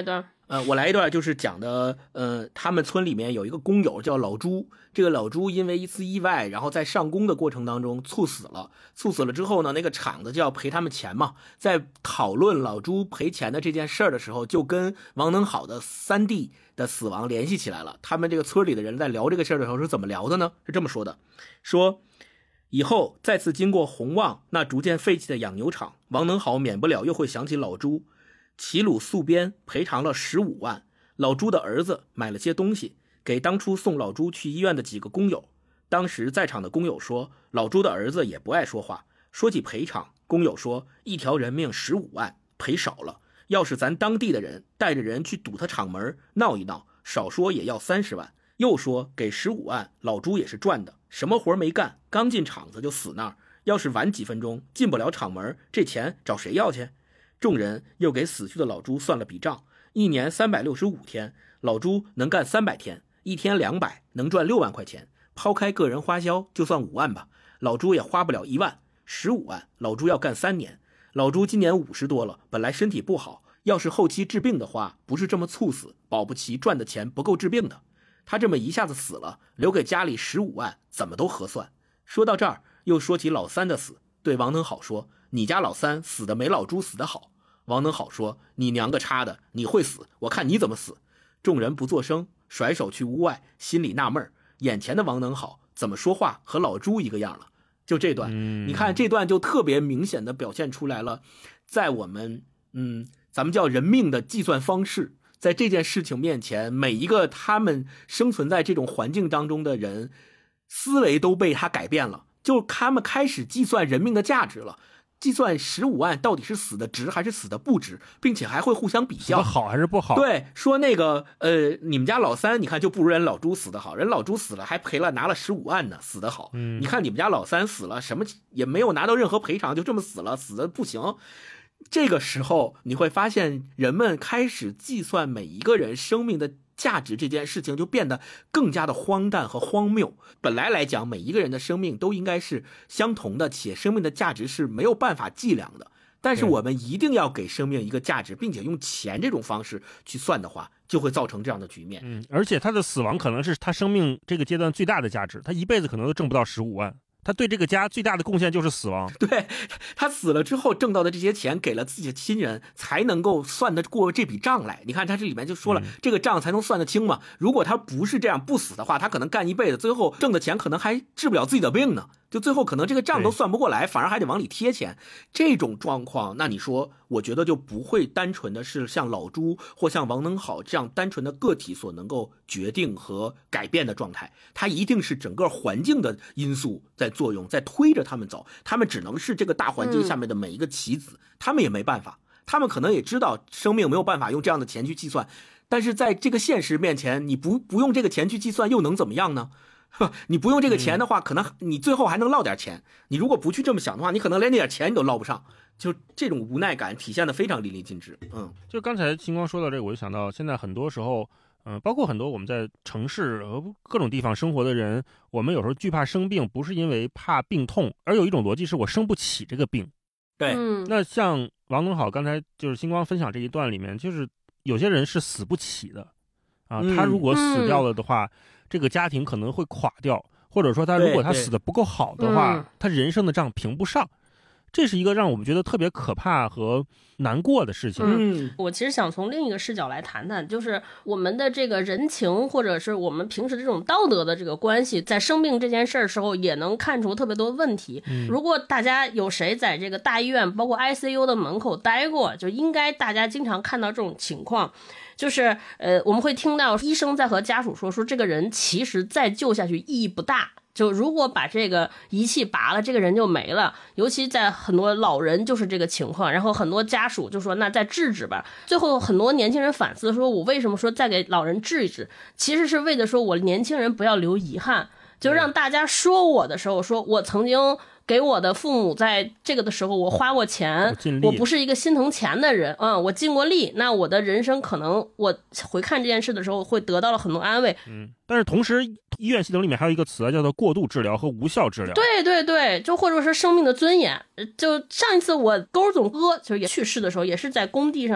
呃，我来一段，就是讲的，呃，他们村里面有一个工友叫老朱，这个老朱因为一次意外，然后在上工的过程当中猝死了。猝死了之后呢，那个厂子就要赔他们钱嘛，在讨论老朱赔钱的这件事儿的时候，就跟王能好的三弟的死亡联系起来了。他们这个村里的人在聊这个事儿的时候是怎么聊的呢？是这么说的，说以后再次经过洪旺那逐渐废弃的养牛场，王能好免不了又会想起老朱。齐鲁宿边赔偿了十五万，老朱的儿子买了些东西给当初送老朱去医院的几个工友。当时在场的工友说，老朱的儿子也不爱说话，说起赔偿，工友说一条人命十五万赔少了，要是咱当地的人带着人去堵他厂门闹一闹，少说也要三十万。又说给十五万，老朱也是赚的，什么活没干，刚进厂子就死那儿，要是晚几分钟进不了厂门，这钱找谁要去？众人又给死去的老朱算了笔账，一年三百六十五天，老朱能干三百天，一天两百，能赚六万块钱。抛开个人花销，就算五万吧，老朱也花不了一万。十五万，老朱要干三年。老朱今年五十多了，本来身体不好，要是后期治病的话，不是这么猝死，保不齐赚的钱不够治病的。他这么一下子死了，留给家里十五万，怎么都合算。说到这儿，又说起老三的死，对王能好说，你家老三死的没老朱死的好。王能好说，你娘个叉的，你会死，我看你怎么死。众人不作声，甩手去屋外，心里纳闷，眼前的王能好怎么说话和老朱一个样了。就这段、嗯、你看这段就特别明显的表现出来了，在我们嗯，咱们叫人命的计算方式，在这件事情面前，每一个他们生存在这种环境当中的人，思维都被他改变了，就他们开始计算人命的价值了，计算十五万到底是死的值还是死的不值，并且还会互相比较， 好还是不好？ 对，说那个呃，你们家老三，你看就不如人老朱死的好，人老朱死了还赔了拿了十五万呢，死的好。嗯，你看你们家老三死了，什么也没有拿到任何赔偿，就这么死了，死的不行。这个时候你会发现，人们开始计算每一个人生命的价值，这件事情就变得更加的荒诞和荒谬。本来来讲，每一个人的生命都应该是相同的，且生命的价值是没有办法计量的。但是我们一定要给生命一个价值，并且用钱这种方式去算的话，就会造成这样的局面。 嗯，而且他的死亡可能是他生命这个阶段最大的价值，他一辈子可能都挣不到十五万。他对这个家最大的贡献就是死亡。 对，他死了之后挣到的这些钱给了自己的亲人，才能够算得过这笔账来。你看他这里面就说了、嗯、这个账才能算得清嘛。如果他不是这样不死的话，他可能干一辈子，最后挣的钱可能还治不了自己的病呢，就最后可能这个账都算不过来，反而还得往里贴钱。这种状况，那你说我觉得就不会单纯的是像老朱或像王能好这样单纯的个体所能够决定和改变的状态，它一定是整个环境的因素在作用，在推着他们走。他们只能是这个大环境下面的每一个棋子、嗯、他们也没办法，他们可能也知道生命没有办法用这样的钱去计算，但是在这个现实面前，你不不用这个钱去计算又能怎么样呢？你不用这个钱的话、嗯、可能你最后还能落点钱，你如果不去这么想的话，你可能连那点钱你都落不上。就这种无奈感体现得非常淋漓尽致。嗯， 就刚才星光说到这个，我就想到现在很多时候嗯、呃，包括很多我们在城市和各种地方生活的人，我们有时候惧怕生病，不是因为怕病痛，而有一种逻辑是我生不起这个病。 对， 那像王能好刚才就是星光分享这一段里面，就是有些人是死不起的啊，他如果死掉了的话、嗯、这个家庭可能会垮掉，或者说他如果他死的不够好的话，他人生的账评不上。这是一个让我们觉得特别可怕和难过的事情。 嗯，我其实想从另一个视角来谈谈，就是我们的这个人情，或者是我们平时这种道德的这个关系，在生病这件事儿时候，也能看出特别多问题。嗯、如果大家有谁在这个大医院，包括 I C U 的门口待过，就应该大家经常看到这种情况。就是呃，我们会听到医生在和家属说，说这个人其实再救下去意义不大。就如果把这个仪器拔了，这个人就没了。尤其在很多老人就是这个情况，然后很多家属就说那再治治吧。最后很多年轻人反思说，我为什么说再给老人治一治，其实是为了说我年轻人不要留遗憾，就让大家说我的时候说我曾经给我的父母在这个的时候我花过钱， 我, 我不是一个心疼钱的人，嗯，我尽过力，那我的人生可能我回看这件事的时候会得到了很多安慰。 嗯，但是同时医院系统里面还有一个词叫做过度治疗和无效治疗。 对对对，就或者是生命的尊严。就上一次我勾总哥就是也去世的时候，也是在工地上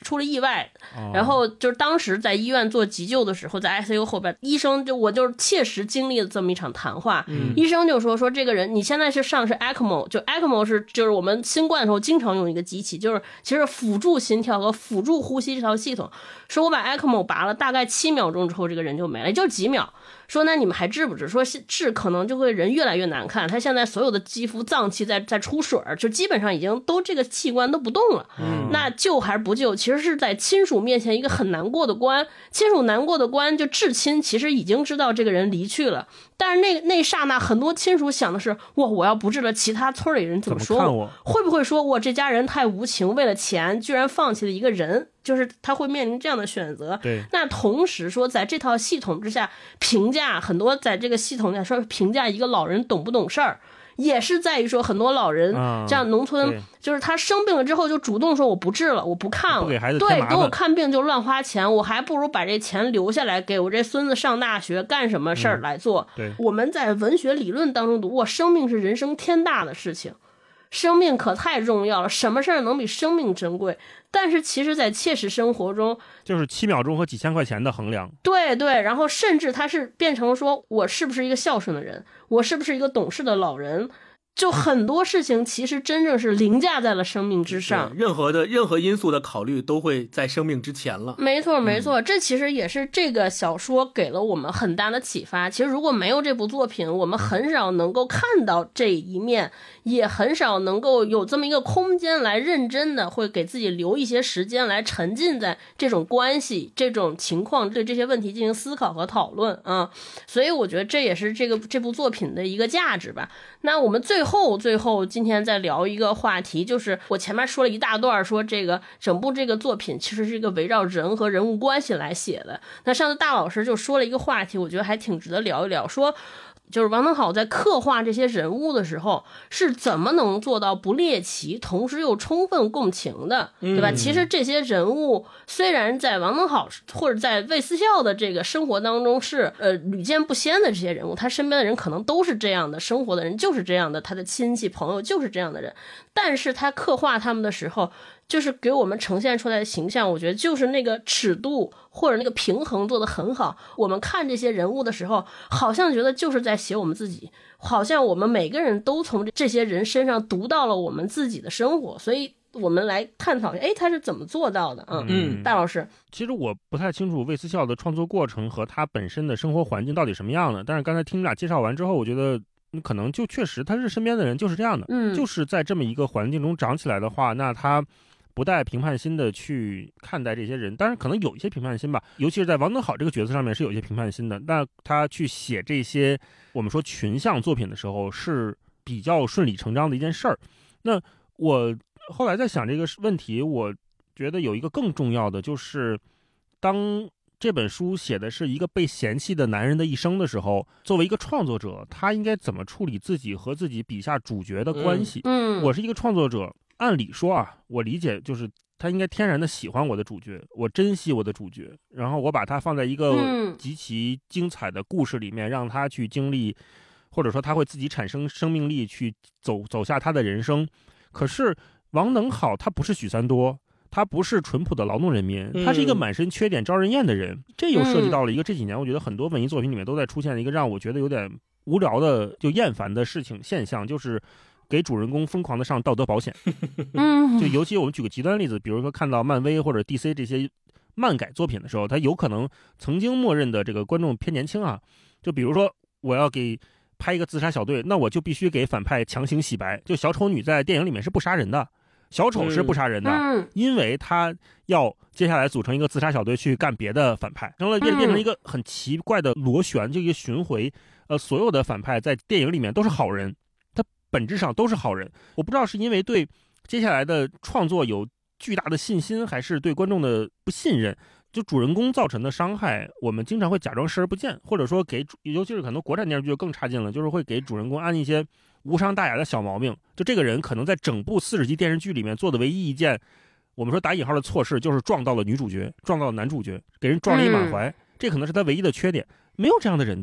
出了意外，哦、然后就是当时在医院做急救的时候，在 I C U 后边，医生就我就是切实经历了这么一场谈话， 嗯、 医生就说说这个人你现在是上是 E C M O， 就 E C M O 是就是我们新冠的时候经常用一个机器，就是其实辅助心跳和辅助呼吸这套系统，说我把 E C M O 拔了，大概七秒钟之后这个人就没了，也就几秒。说那你们还治不治？说治可能就会人越来越难看，他现在所有的肌肤脏器在在出水，就基本上已经都这个器官都不动了。 嗯， 那救还是不救，其实是在亲属面前一个很难过的关。亲属难过的关，就至亲其实已经知道这个人离去了，但是那那刹那，很多亲属想的是：哇，我要不治了，其他村里人怎么说我？我会不会说我这家人太无情，为了钱居然放弃了一个人？就是他会面临这样的选择。 对， 那同时说，在这套系统之下，评价很多，在这个系统下说评价一个老人懂不懂事儿，也是在于说很多老人， 嗯、 像农村，就是他生病了之后就主动说我不治了，我不看了， 不给孩子对，给我看病就乱花钱，我还不如把这钱留下来给我这孙子上大学干什么事儿来做。 嗯、对， 我们在文学理论当中读过，生命是人生天大的事情。生命可太重要了，什么事儿能比生命珍贵？但是其实在切实生活中， 就是七秒钟和几千块钱的衡量。 对对，然后甚至它是变成说我是不是一个孝顺的人，我是不是一个懂事的老人，就很多事情其实真正是凌驾在了生命之上， 任何的任何因素的考虑都会在生命之前了。 没错没错、嗯、这其实也是这个小说给了我们很大的启发。其实如果没有这部作品，我们很少能够看到这一面，也很少能够有这么一个空间来认真的会给自己留一些时间来沉浸在这种关系这种情况，对这些问题进行思考和讨论啊。所以我觉得这也是这个这部作品的一个价值吧。那我们最后最后今天再聊一个话题，就是我前面说了一大段，说这个整部这个作品其实是一个围绕人和人物关系来写的。那上次大老师就说了一个话题，我觉得还挺值得聊一聊，说就是王登好在刻画这些人物的时候是怎么能做到不猎奇同时又充分共情的，对吧、嗯、其实这些人物虽然在王登好或者在魏思孝的这个生活当中是呃屡见不鲜的，这些人物他身边的人可能都是这样的，生活的人就是这样的，他的亲戚朋友就是这样的人，但是他刻画他们的时候就是给我们呈现出来的形象，我觉得就是那个尺度或者那个平衡做得很好。我们看这些人物的时候好像觉得就是在写我们自己，好像我们每个人都从这些人身上读到了我们自己的生活，所以我们来探讨哎，他是怎么做到的。嗯嗯，大老师， 其实我不太清楚魏思孝的创作过程和他本身的生活环境到底什么样的，但是刚才听你俩介绍完之后，我觉得可能就确实他是身边的人就是这样的， 嗯， 就是在这么一个环境中长起来的话，那他不带评判心的去看待这些人，当然可能有一些评判心吧，尤其是在王登好这个角色上面是有一些评判心的。那他去写这些我们说群像作品的时候是比较顺理成章的一件事儿。那我后来在想这个问题，我觉得有一个更重要的，就是当这本书写的是一个被嫌弃的男人的一生的时候，作为一个创作者，他应该怎么处理自己和自己笔下主角的关系？ 嗯， 我是一个创作者，按理说啊，我理解就是他应该天然的喜欢我的主角，我珍惜我的主角，然后我把他放在一个极其精彩的故事里面，让他去经历，或者说他会自己产生生命力去走走下他的人生。可是王能好他不是许三多，他不是淳朴的劳动人民，他是一个满身缺点招人厌的人、嗯、这又涉及到了一个这几年我觉得很多文艺作品里面都在出现一个让我觉得有点无聊的就厌烦的事情现象，就是给主人公疯狂的上道德保险。 嗯， 就尤其我们举个极端例子，比如说看到漫威或者 D C 这些漫改作品的时候，他有可能曾经默认的这个观众偏年轻啊，就比如说我要给拍一个自杀小队，那我就必须给反派强行洗白，就小丑女在电影里面是不杀人的，小丑是不杀人的、 嗯、 因为他要接下来组成一个自杀小队去干别的反派，成了变变成一个很奇怪的螺旋，这个巡回，呃，所有的反派在电影里面都是好人，他本质上都是好人。我不知道是因为对接下来的创作有巨大的信心，还是对观众的不信任，就主人公造成的伤害我们经常会假装视而不见，或者说给尤其是很多国产电视剧就更差劲了，就是会给主人公安一些无伤大雅的小毛病，就这个人可能在整部四十集电视剧里面做的唯一一件我们说打引号的错事，就是撞到了女主角，撞到了男主角，给人撞了一满怀、嗯、这可能是他唯一的缺点。没有这样的人的，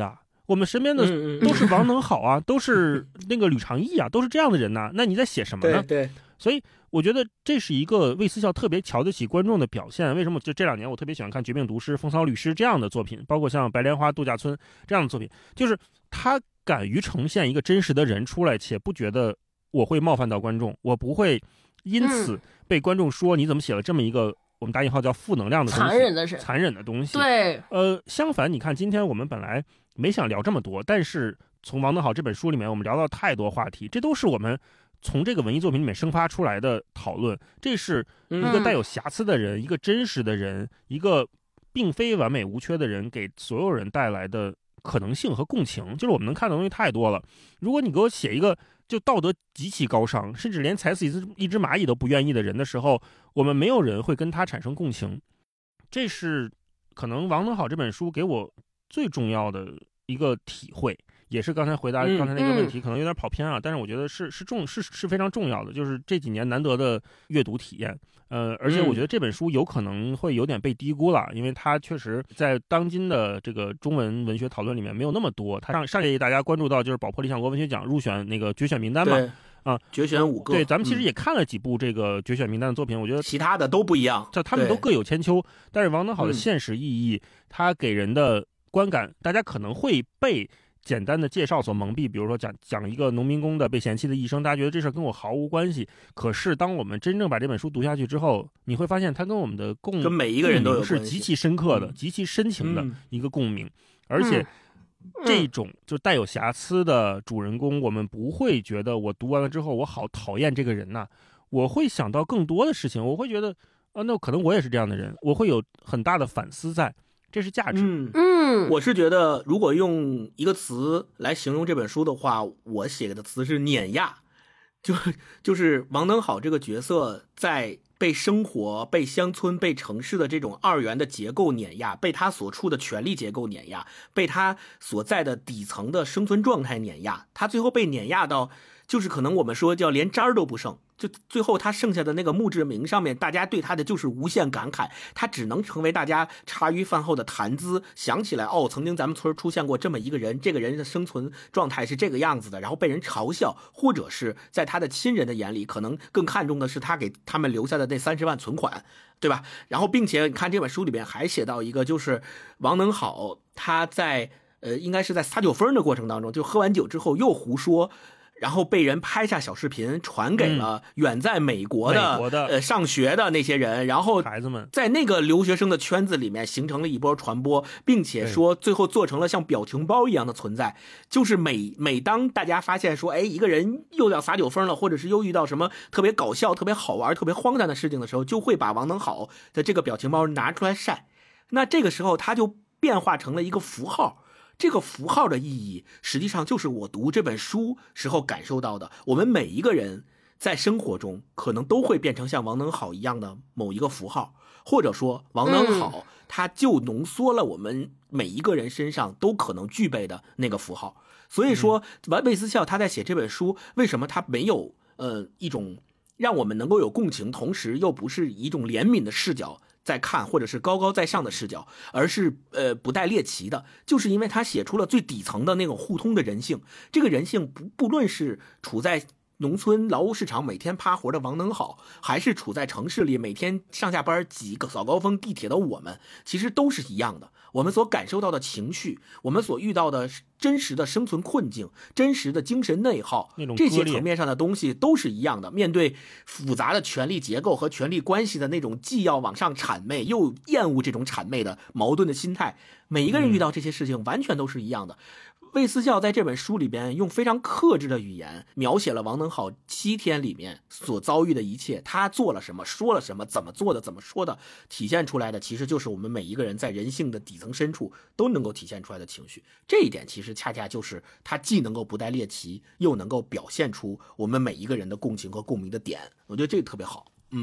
我们身边的都是王能好啊，都是那个吕长义啊，都是这样的人呐、啊。那你在写什么呢？ 对对。 所以我觉得这是一个魏思孝特别瞧得起观众的表现。为什么？就这两年我特别喜欢看《绝命毒师》《风骚律师》这样的作品，包括像《白莲花度假村》这样的作品，就是他敢于呈现一个真实的人出来，且不觉得我会冒犯到观众，我不会因此被观众说你怎么写了这么一个我们打引号叫负能量的东西， 残忍的是残忍的东西。 对， 呃，相反，你看今天我们本来没想聊这么多，但是从王能好这本书里面，我们聊到太多话题，这都是我们从这个文艺作品里面生发出来的讨论。这是一个带有瑕疵的人、嗯、一个真实的人，一个并非完美無缺的人，给所有人带来的可能性和共情。就是我们能看的东西太多了，如果你给我写一个就道德极其高尚，甚至连踩死一只一只蚂蚁都不愿意的人的时候，我们没有人会跟他产生共情。这是可能王能好这本书给我最重要的一个体会，也是刚才回答刚才那个问题、嗯、可能有点跑偏啊，但是我觉得是是重是是非常重要的，就是这几年难得的阅读体验。呃，而且我觉得这本书有可能会有点被低估了，因为它确实在当今的这个中文文学讨论里面没有那么多。它上上届大家关注到就是宝珀理想国文学奖入选那个决选名单嘛，啊， 决选五个。 对，咱们其实也看了几部这个决选名单的作品，嗯、我觉得其他的都不一样， 这他们都各有千秋。但是王能好的现实意义，它、嗯、给人的观感，大家可能会被简单的介绍所蒙蔽，比如说讲讲一个农民工的被嫌弃的一生，大家觉得这事跟我毫无关系。可是当我们真正把这本书读下去之后，你会发现它跟我们的共跟每一个人都有是极其深刻的、嗯、极其深情的一个共鸣。嗯、而且这种就带有瑕疵的主人公，我们不会觉得我读完了之后我好讨厌这个人呐、啊，我会想到更多的事情，我会觉得啊，那可能我也是这样的人，我会有很大的反思在。这是价值。 嗯嗯，我是觉得，如果用一个词来形容这本书的话，我写的词是碾压。就就是王能好这个角色在被生活、被乡村、被城市的这种二元的结构碾压，被他所处的权力结构碾压，被他所在的底层的生存状态碾压，他最后被碾压到，就是可能我们说叫连渣儿都不剩。就最后他剩下的那个墓志铭上面，大家对他的就是无限感慨，他只能成为大家茶余饭后的谈资，想起来哦，曾经咱们村出现过这么一个人，这个人的生存状态是这个样子的，然后被人嘲笑，或者是在他的亲人的眼里，可能更看重的是他给他们留下的那三十万存款，对吧？然后并且你看这本书里边还写到一个，就是王能好他在呃应该是在撒酒疯的过程当中，就喝完酒之后又胡说，然后被人拍下小视频传给了远在美国的、 嗯、美国的呃上学的那些人，然后孩子们在那个留学生的圈子里面形成了一波传播，并且说最后做成了像表情包一样的存在。就是每每当大家发现说，哎，一个人又要撒酒疯了，或者是又遇到什么特别搞笑、特别好玩、特别荒诞的事情的时候，就会把王能好的这个表情包拿出来晒。那这个时候他就变化成了一个符号。这个符号的意义实际上就是我读这本书时候感受到的，我们每一个人在生活中可能都会变成像王能好一样的某一个符号，或者说王能好它就浓缩了我们每一个人身上都可能具备的那个符号。所以说魏思孝他在写这本书，为什么他没有呃一种让我们能够有共情，同时又不是一种怜悯的视角在看，或者是高高在上的视角，而是呃不带猎奇的，就是因为他写出了最底层的那种互通的人性。这个人性不不论是处在农村劳务市场每天趴活的王能好，还是处在城市里每天上下班挤个早高峰地铁的我们，其实都是一样的。我们所感受到的情绪，我们所遇到的真实的生存困境，真实的精神内耗，这些层面上的东西都是一样的。面对复杂的权力结构和权力关系的那种既要往上谄媚又厌恶这种谄媚的矛盾的心态，每一个人遇到这些事情完全都是一样的。魏思孝在这本书里边用非常克制的语言描写了王能好七天里面所遭遇的一切，他做了什么，说了什么，怎么做的，怎么说的，体现出来的其实就是我们每一个人在人性的底层深处都能够体现出来的情绪。这一点其实恰恰就是他既能够不带猎奇，又能够表现出我们每一个人的共情和共鸣的点。我觉得这个特别好。嗯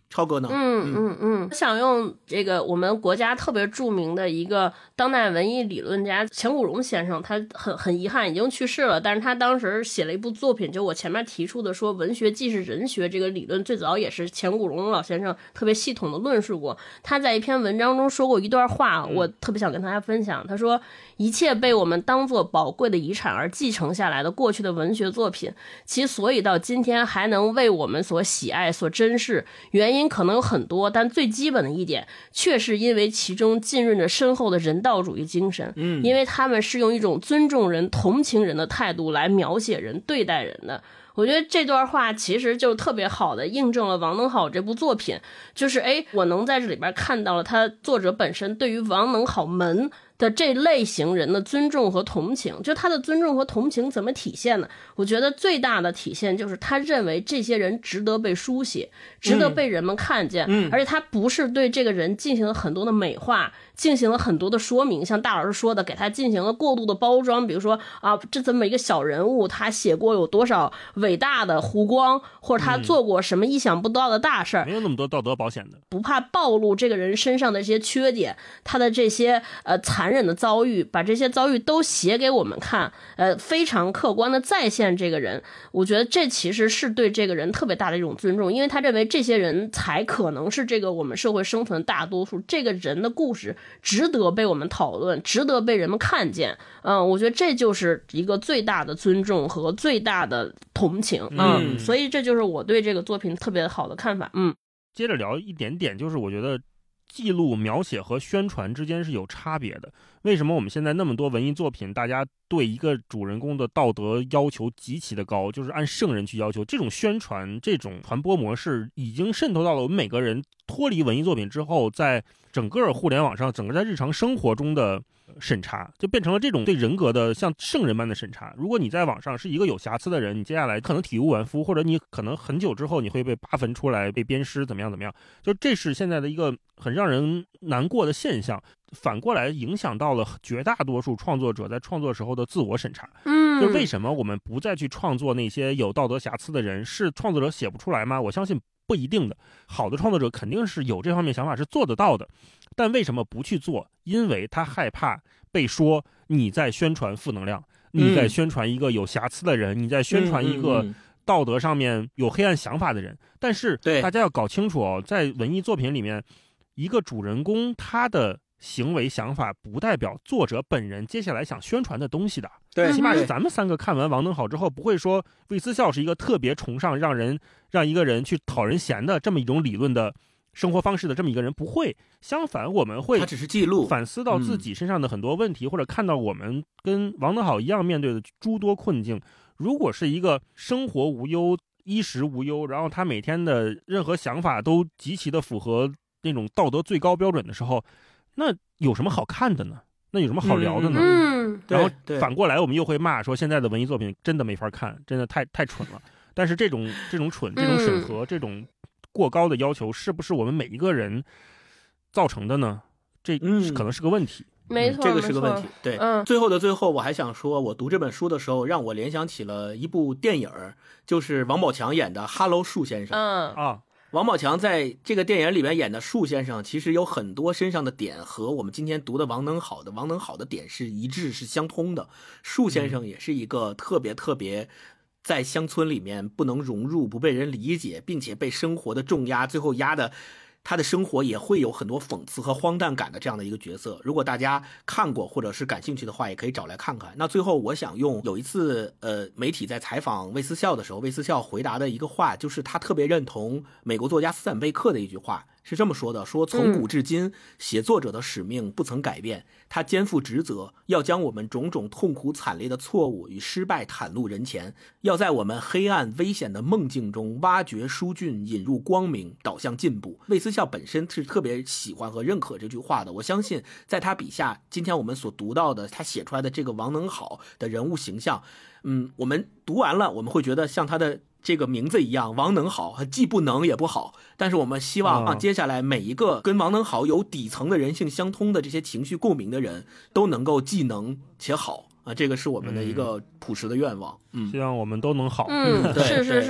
超哥呢？ 嗯嗯嗯，想用这个我们国家特别著名的一个当代文艺理论家钱谷荣先生，他很很遗憾已经去世了，但是他当时写了一部作品，就我前面提出的说文学既是人学这个理论，最早也是钱谷荣老先生特别系统的论述过。他在一篇文章中说过一段话，我特别想跟大家分享。他说，一切被我们当作宝贵的遗产而继承下来的过去的文学作品，其所以到今天还能为我们所喜爱所珍视，原因可能有很多，但最基本的一点却是因为其中浸润着深厚的人道主义精神，嗯，因为他们是用一种尊重人同情人的态度来描写人对待人的。我觉得这段话其实就特别好的印证了王能好这部作品，就是哎，我能在这里边看到了他作者本身对于王能好门的这类型人的尊重和同情。就他的尊重和同情怎么体现呢？我觉得最大的体现就是他认为这些人值得被书写，值得被人们看见，嗯、而且他不是对这个人进行了很多的美化，进行了很多的说明，像大老师说的，给他进行了过度的包装，比如说啊，这这么一个小人物，他写过有多少伟大的湖光，或者他做过什么意想不到的大事儿、 嗯，没有那么多道德保险的， 不怕暴露这个人身上的这些缺点，他的这些呃残忍的遭遇，把这些遭遇都写给我们看，呃，非常客观的再现这个人。我觉得这其实是对这个人特别大的一种尊重，因为他认为这些人才可能是这个我们社会生存的大多数，这个人的故事值得被我们讨论，值得被人们看见。嗯，我觉得这就是一个最大的尊重和最大的同情。嗯，嗯所以这就是我对这个作品特别好的看法。嗯， 接着聊一点点，就是我觉得记录、描写和宣传之间是有差别的。为什么我们现在那么多文艺作品，大家对一个主人公的道德要求极其的高，就是按圣人去要求？这种宣传、这种传播模式已经渗透到了我们每个人脱离文艺作品之后，在整个互联网上，整个在日常生活中的审查，就变成了这种对人格的像圣人般的审查。如果你在网上是一个有瑕疵的人，你接下来可能体无完肤，或者你可能很久之后你会被扒坟出来，被鞭尸，怎么样怎么样。就这是现在的一个很让人难过的现象，反过来影响到了绝大多数创作者在创作时候的自我审查。 嗯， 就为什么我们不再去创作那些有道德瑕疵的人？是创作者写不出来吗？我相信不一定的。好的创作者肯定是有这方面想法，是做得到的。但为什么不去做？因为他害怕被说你在宣传负能量，你在宣传一个有瑕疵的人，嗯、你在宣传一个道德上面有黑暗想法的人。但是大家要搞清楚哦，在文艺作品里面，一个主人公他的行为想法不代表作者本人接下来想宣传的东西的。 对， 起码是咱们三个看完王能好之后，不会说魏思孝是一个特别崇尚让人让一个人去讨人嫌的这么一种理论的生活方式的这么一个人，不会。相反，我们会他只是记录， 反思到自己身上的很多问题，嗯、或者看到我们跟王能好一样面对的诸多困境。如果是一个生活无忧、衣食无忧，然后他每天的任何想法都极其的符合那种道德最高标准的时候，那有什么好看的呢？那有什么好聊的呢？ 嗯， 然后反过来我们又会骂说现在的文艺作品真的没法看，真的太太蠢了。但是这种这种蠢、这种审核、嗯、这种过高的要求，是不是我们每一个人造成的呢？这可能是个问题。 嗯、没错， 这个是个问题。对， 嗯， 最后的最后，我还想说，我读这本书的时候，让我联想起了一部电影，就是王宝强演的《哈喽树先生》。 嗯啊。 王宝强在这个电影里面演的树先生，其实有很多身上的点和我们今天读的王能好的王能好的点是一致，是相通的。树先生也是一个特别特别在乡村里面不能融入、不被人理解，并且被生活的重压最后压的他的生活也会有很多讽刺和荒诞感的这样的一个角色。如果大家看过或者是感兴趣的话，也可以找来看看。那最后我想用有一次呃媒体在采访魏思孝的时候，魏思孝回答的一个话，就是他特别认同美国作家斯坦贝克的一句话，是这么说的，说从古至今、嗯、写作者的使命不曾改变，他肩负职责，要将我们种种痛苦惨烈的错误与失败袒露人前，要在我们黑暗危险的梦境中挖掘疏浚，引入光明，导向进步。魏思孝本身是特别喜欢和认可这句话的，我相信在他笔下，今天我们所读到的他写出来的这个王能好的人物形象，嗯，我们读完了我们会觉得像他的这个名字一样，王能好，既不能也不好，但是我们希望啊，接下来每一个跟王能好有底层的人性相通的这些情绪共鸣的人，都能够既能且好啊，这个是我们的一个朴实的愿望。嗯， 希望我们都能好。 嗯，是是是。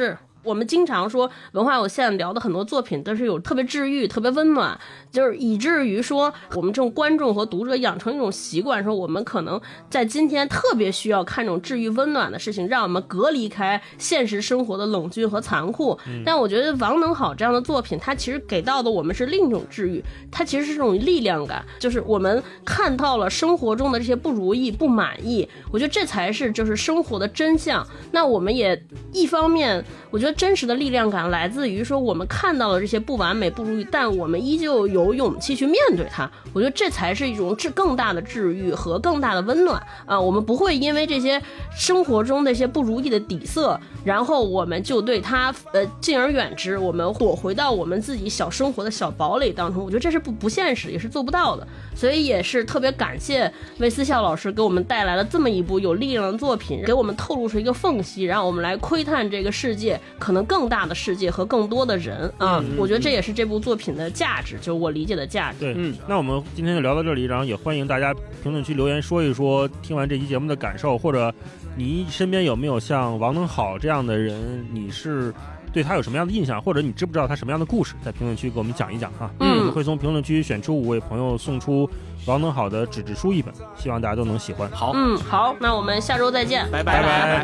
我们经常说文化有限聊的很多作品都是有特别治愈特别温暖，就是以至于说我们这种观众和读者养成一种习惯，说我们可能在今天特别需要看这种治愈温暖的事情，让我们隔离开现实生活的冷峻和残酷、嗯、但我觉得王能好这样的作品，它其实给到的我们是另一种治愈，它其实是这种力量感，就是我们看到了生活中的这些不如意不满意，我觉得这才是就是生活的真相。那我们也一方面我觉得真实的力量感来自于说我们看到了这些不完美不如意，但我们依旧有勇气去面对它，我觉得这才是一种更大的治愈和更大的温暖啊！我们不会因为这些生活中那些不如意的底色，然后我们就对它呃敬而远之，我们躲回到我们自己小生活的小堡垒当中，我觉得这是不不现实，也是做不到的。所以也是特别感谢魏思笑老师给我们带来了这么一部有力量的作品，给我们透露出一个缝隙，让我们来窥探这个世界可能更大的世界和更多的人啊、嗯！我觉得这也是这部作品的价值，就是我理解的价值。 对，嗯，那我们今天就聊到这里，然后也欢迎大家评论区留言说一说听完这期节目的感受，或者你身边有没有像王能好这样的人，你是对他有什么样的印象，或者你知不知道他什么样的故事，在评论区给我们讲一讲哈。嗯，我们会从评论区选出五位朋友送出王能好的纸质书一本，希望大家都能喜欢。 好， 嗯，好，那我们下周再见， 拜拜拜拜。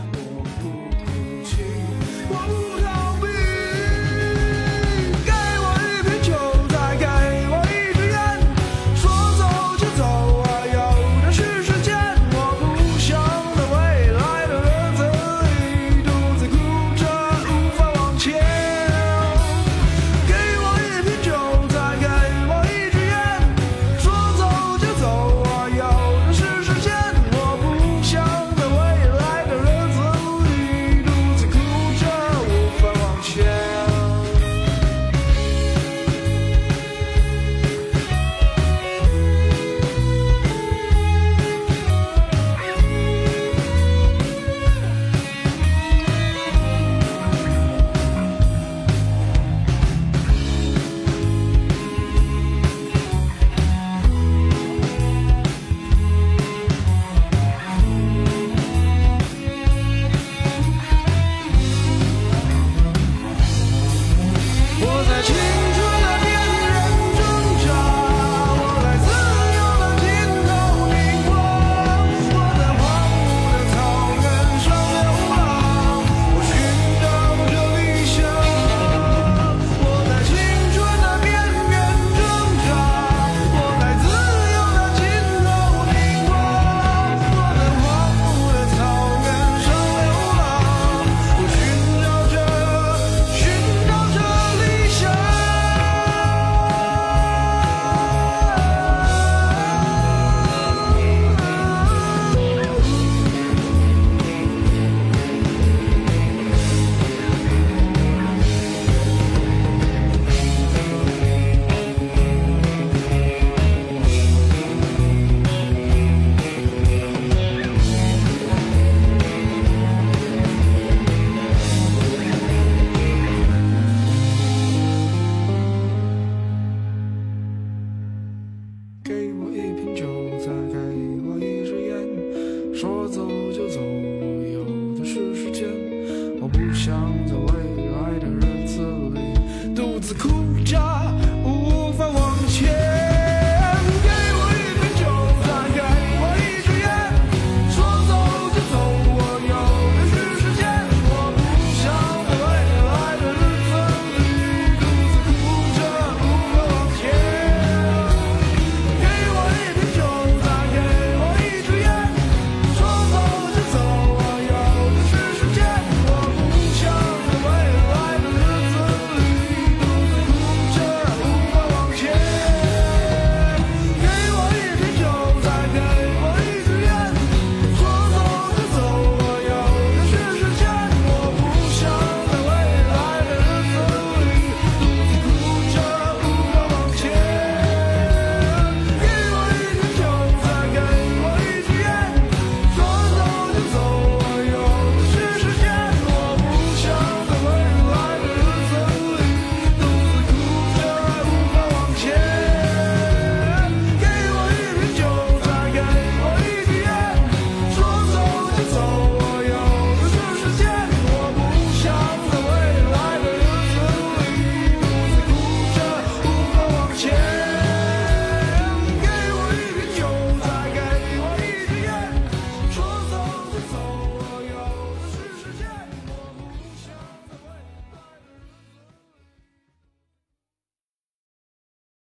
说走就走，我有的是时间，我不想在未来的日子里独自哭着。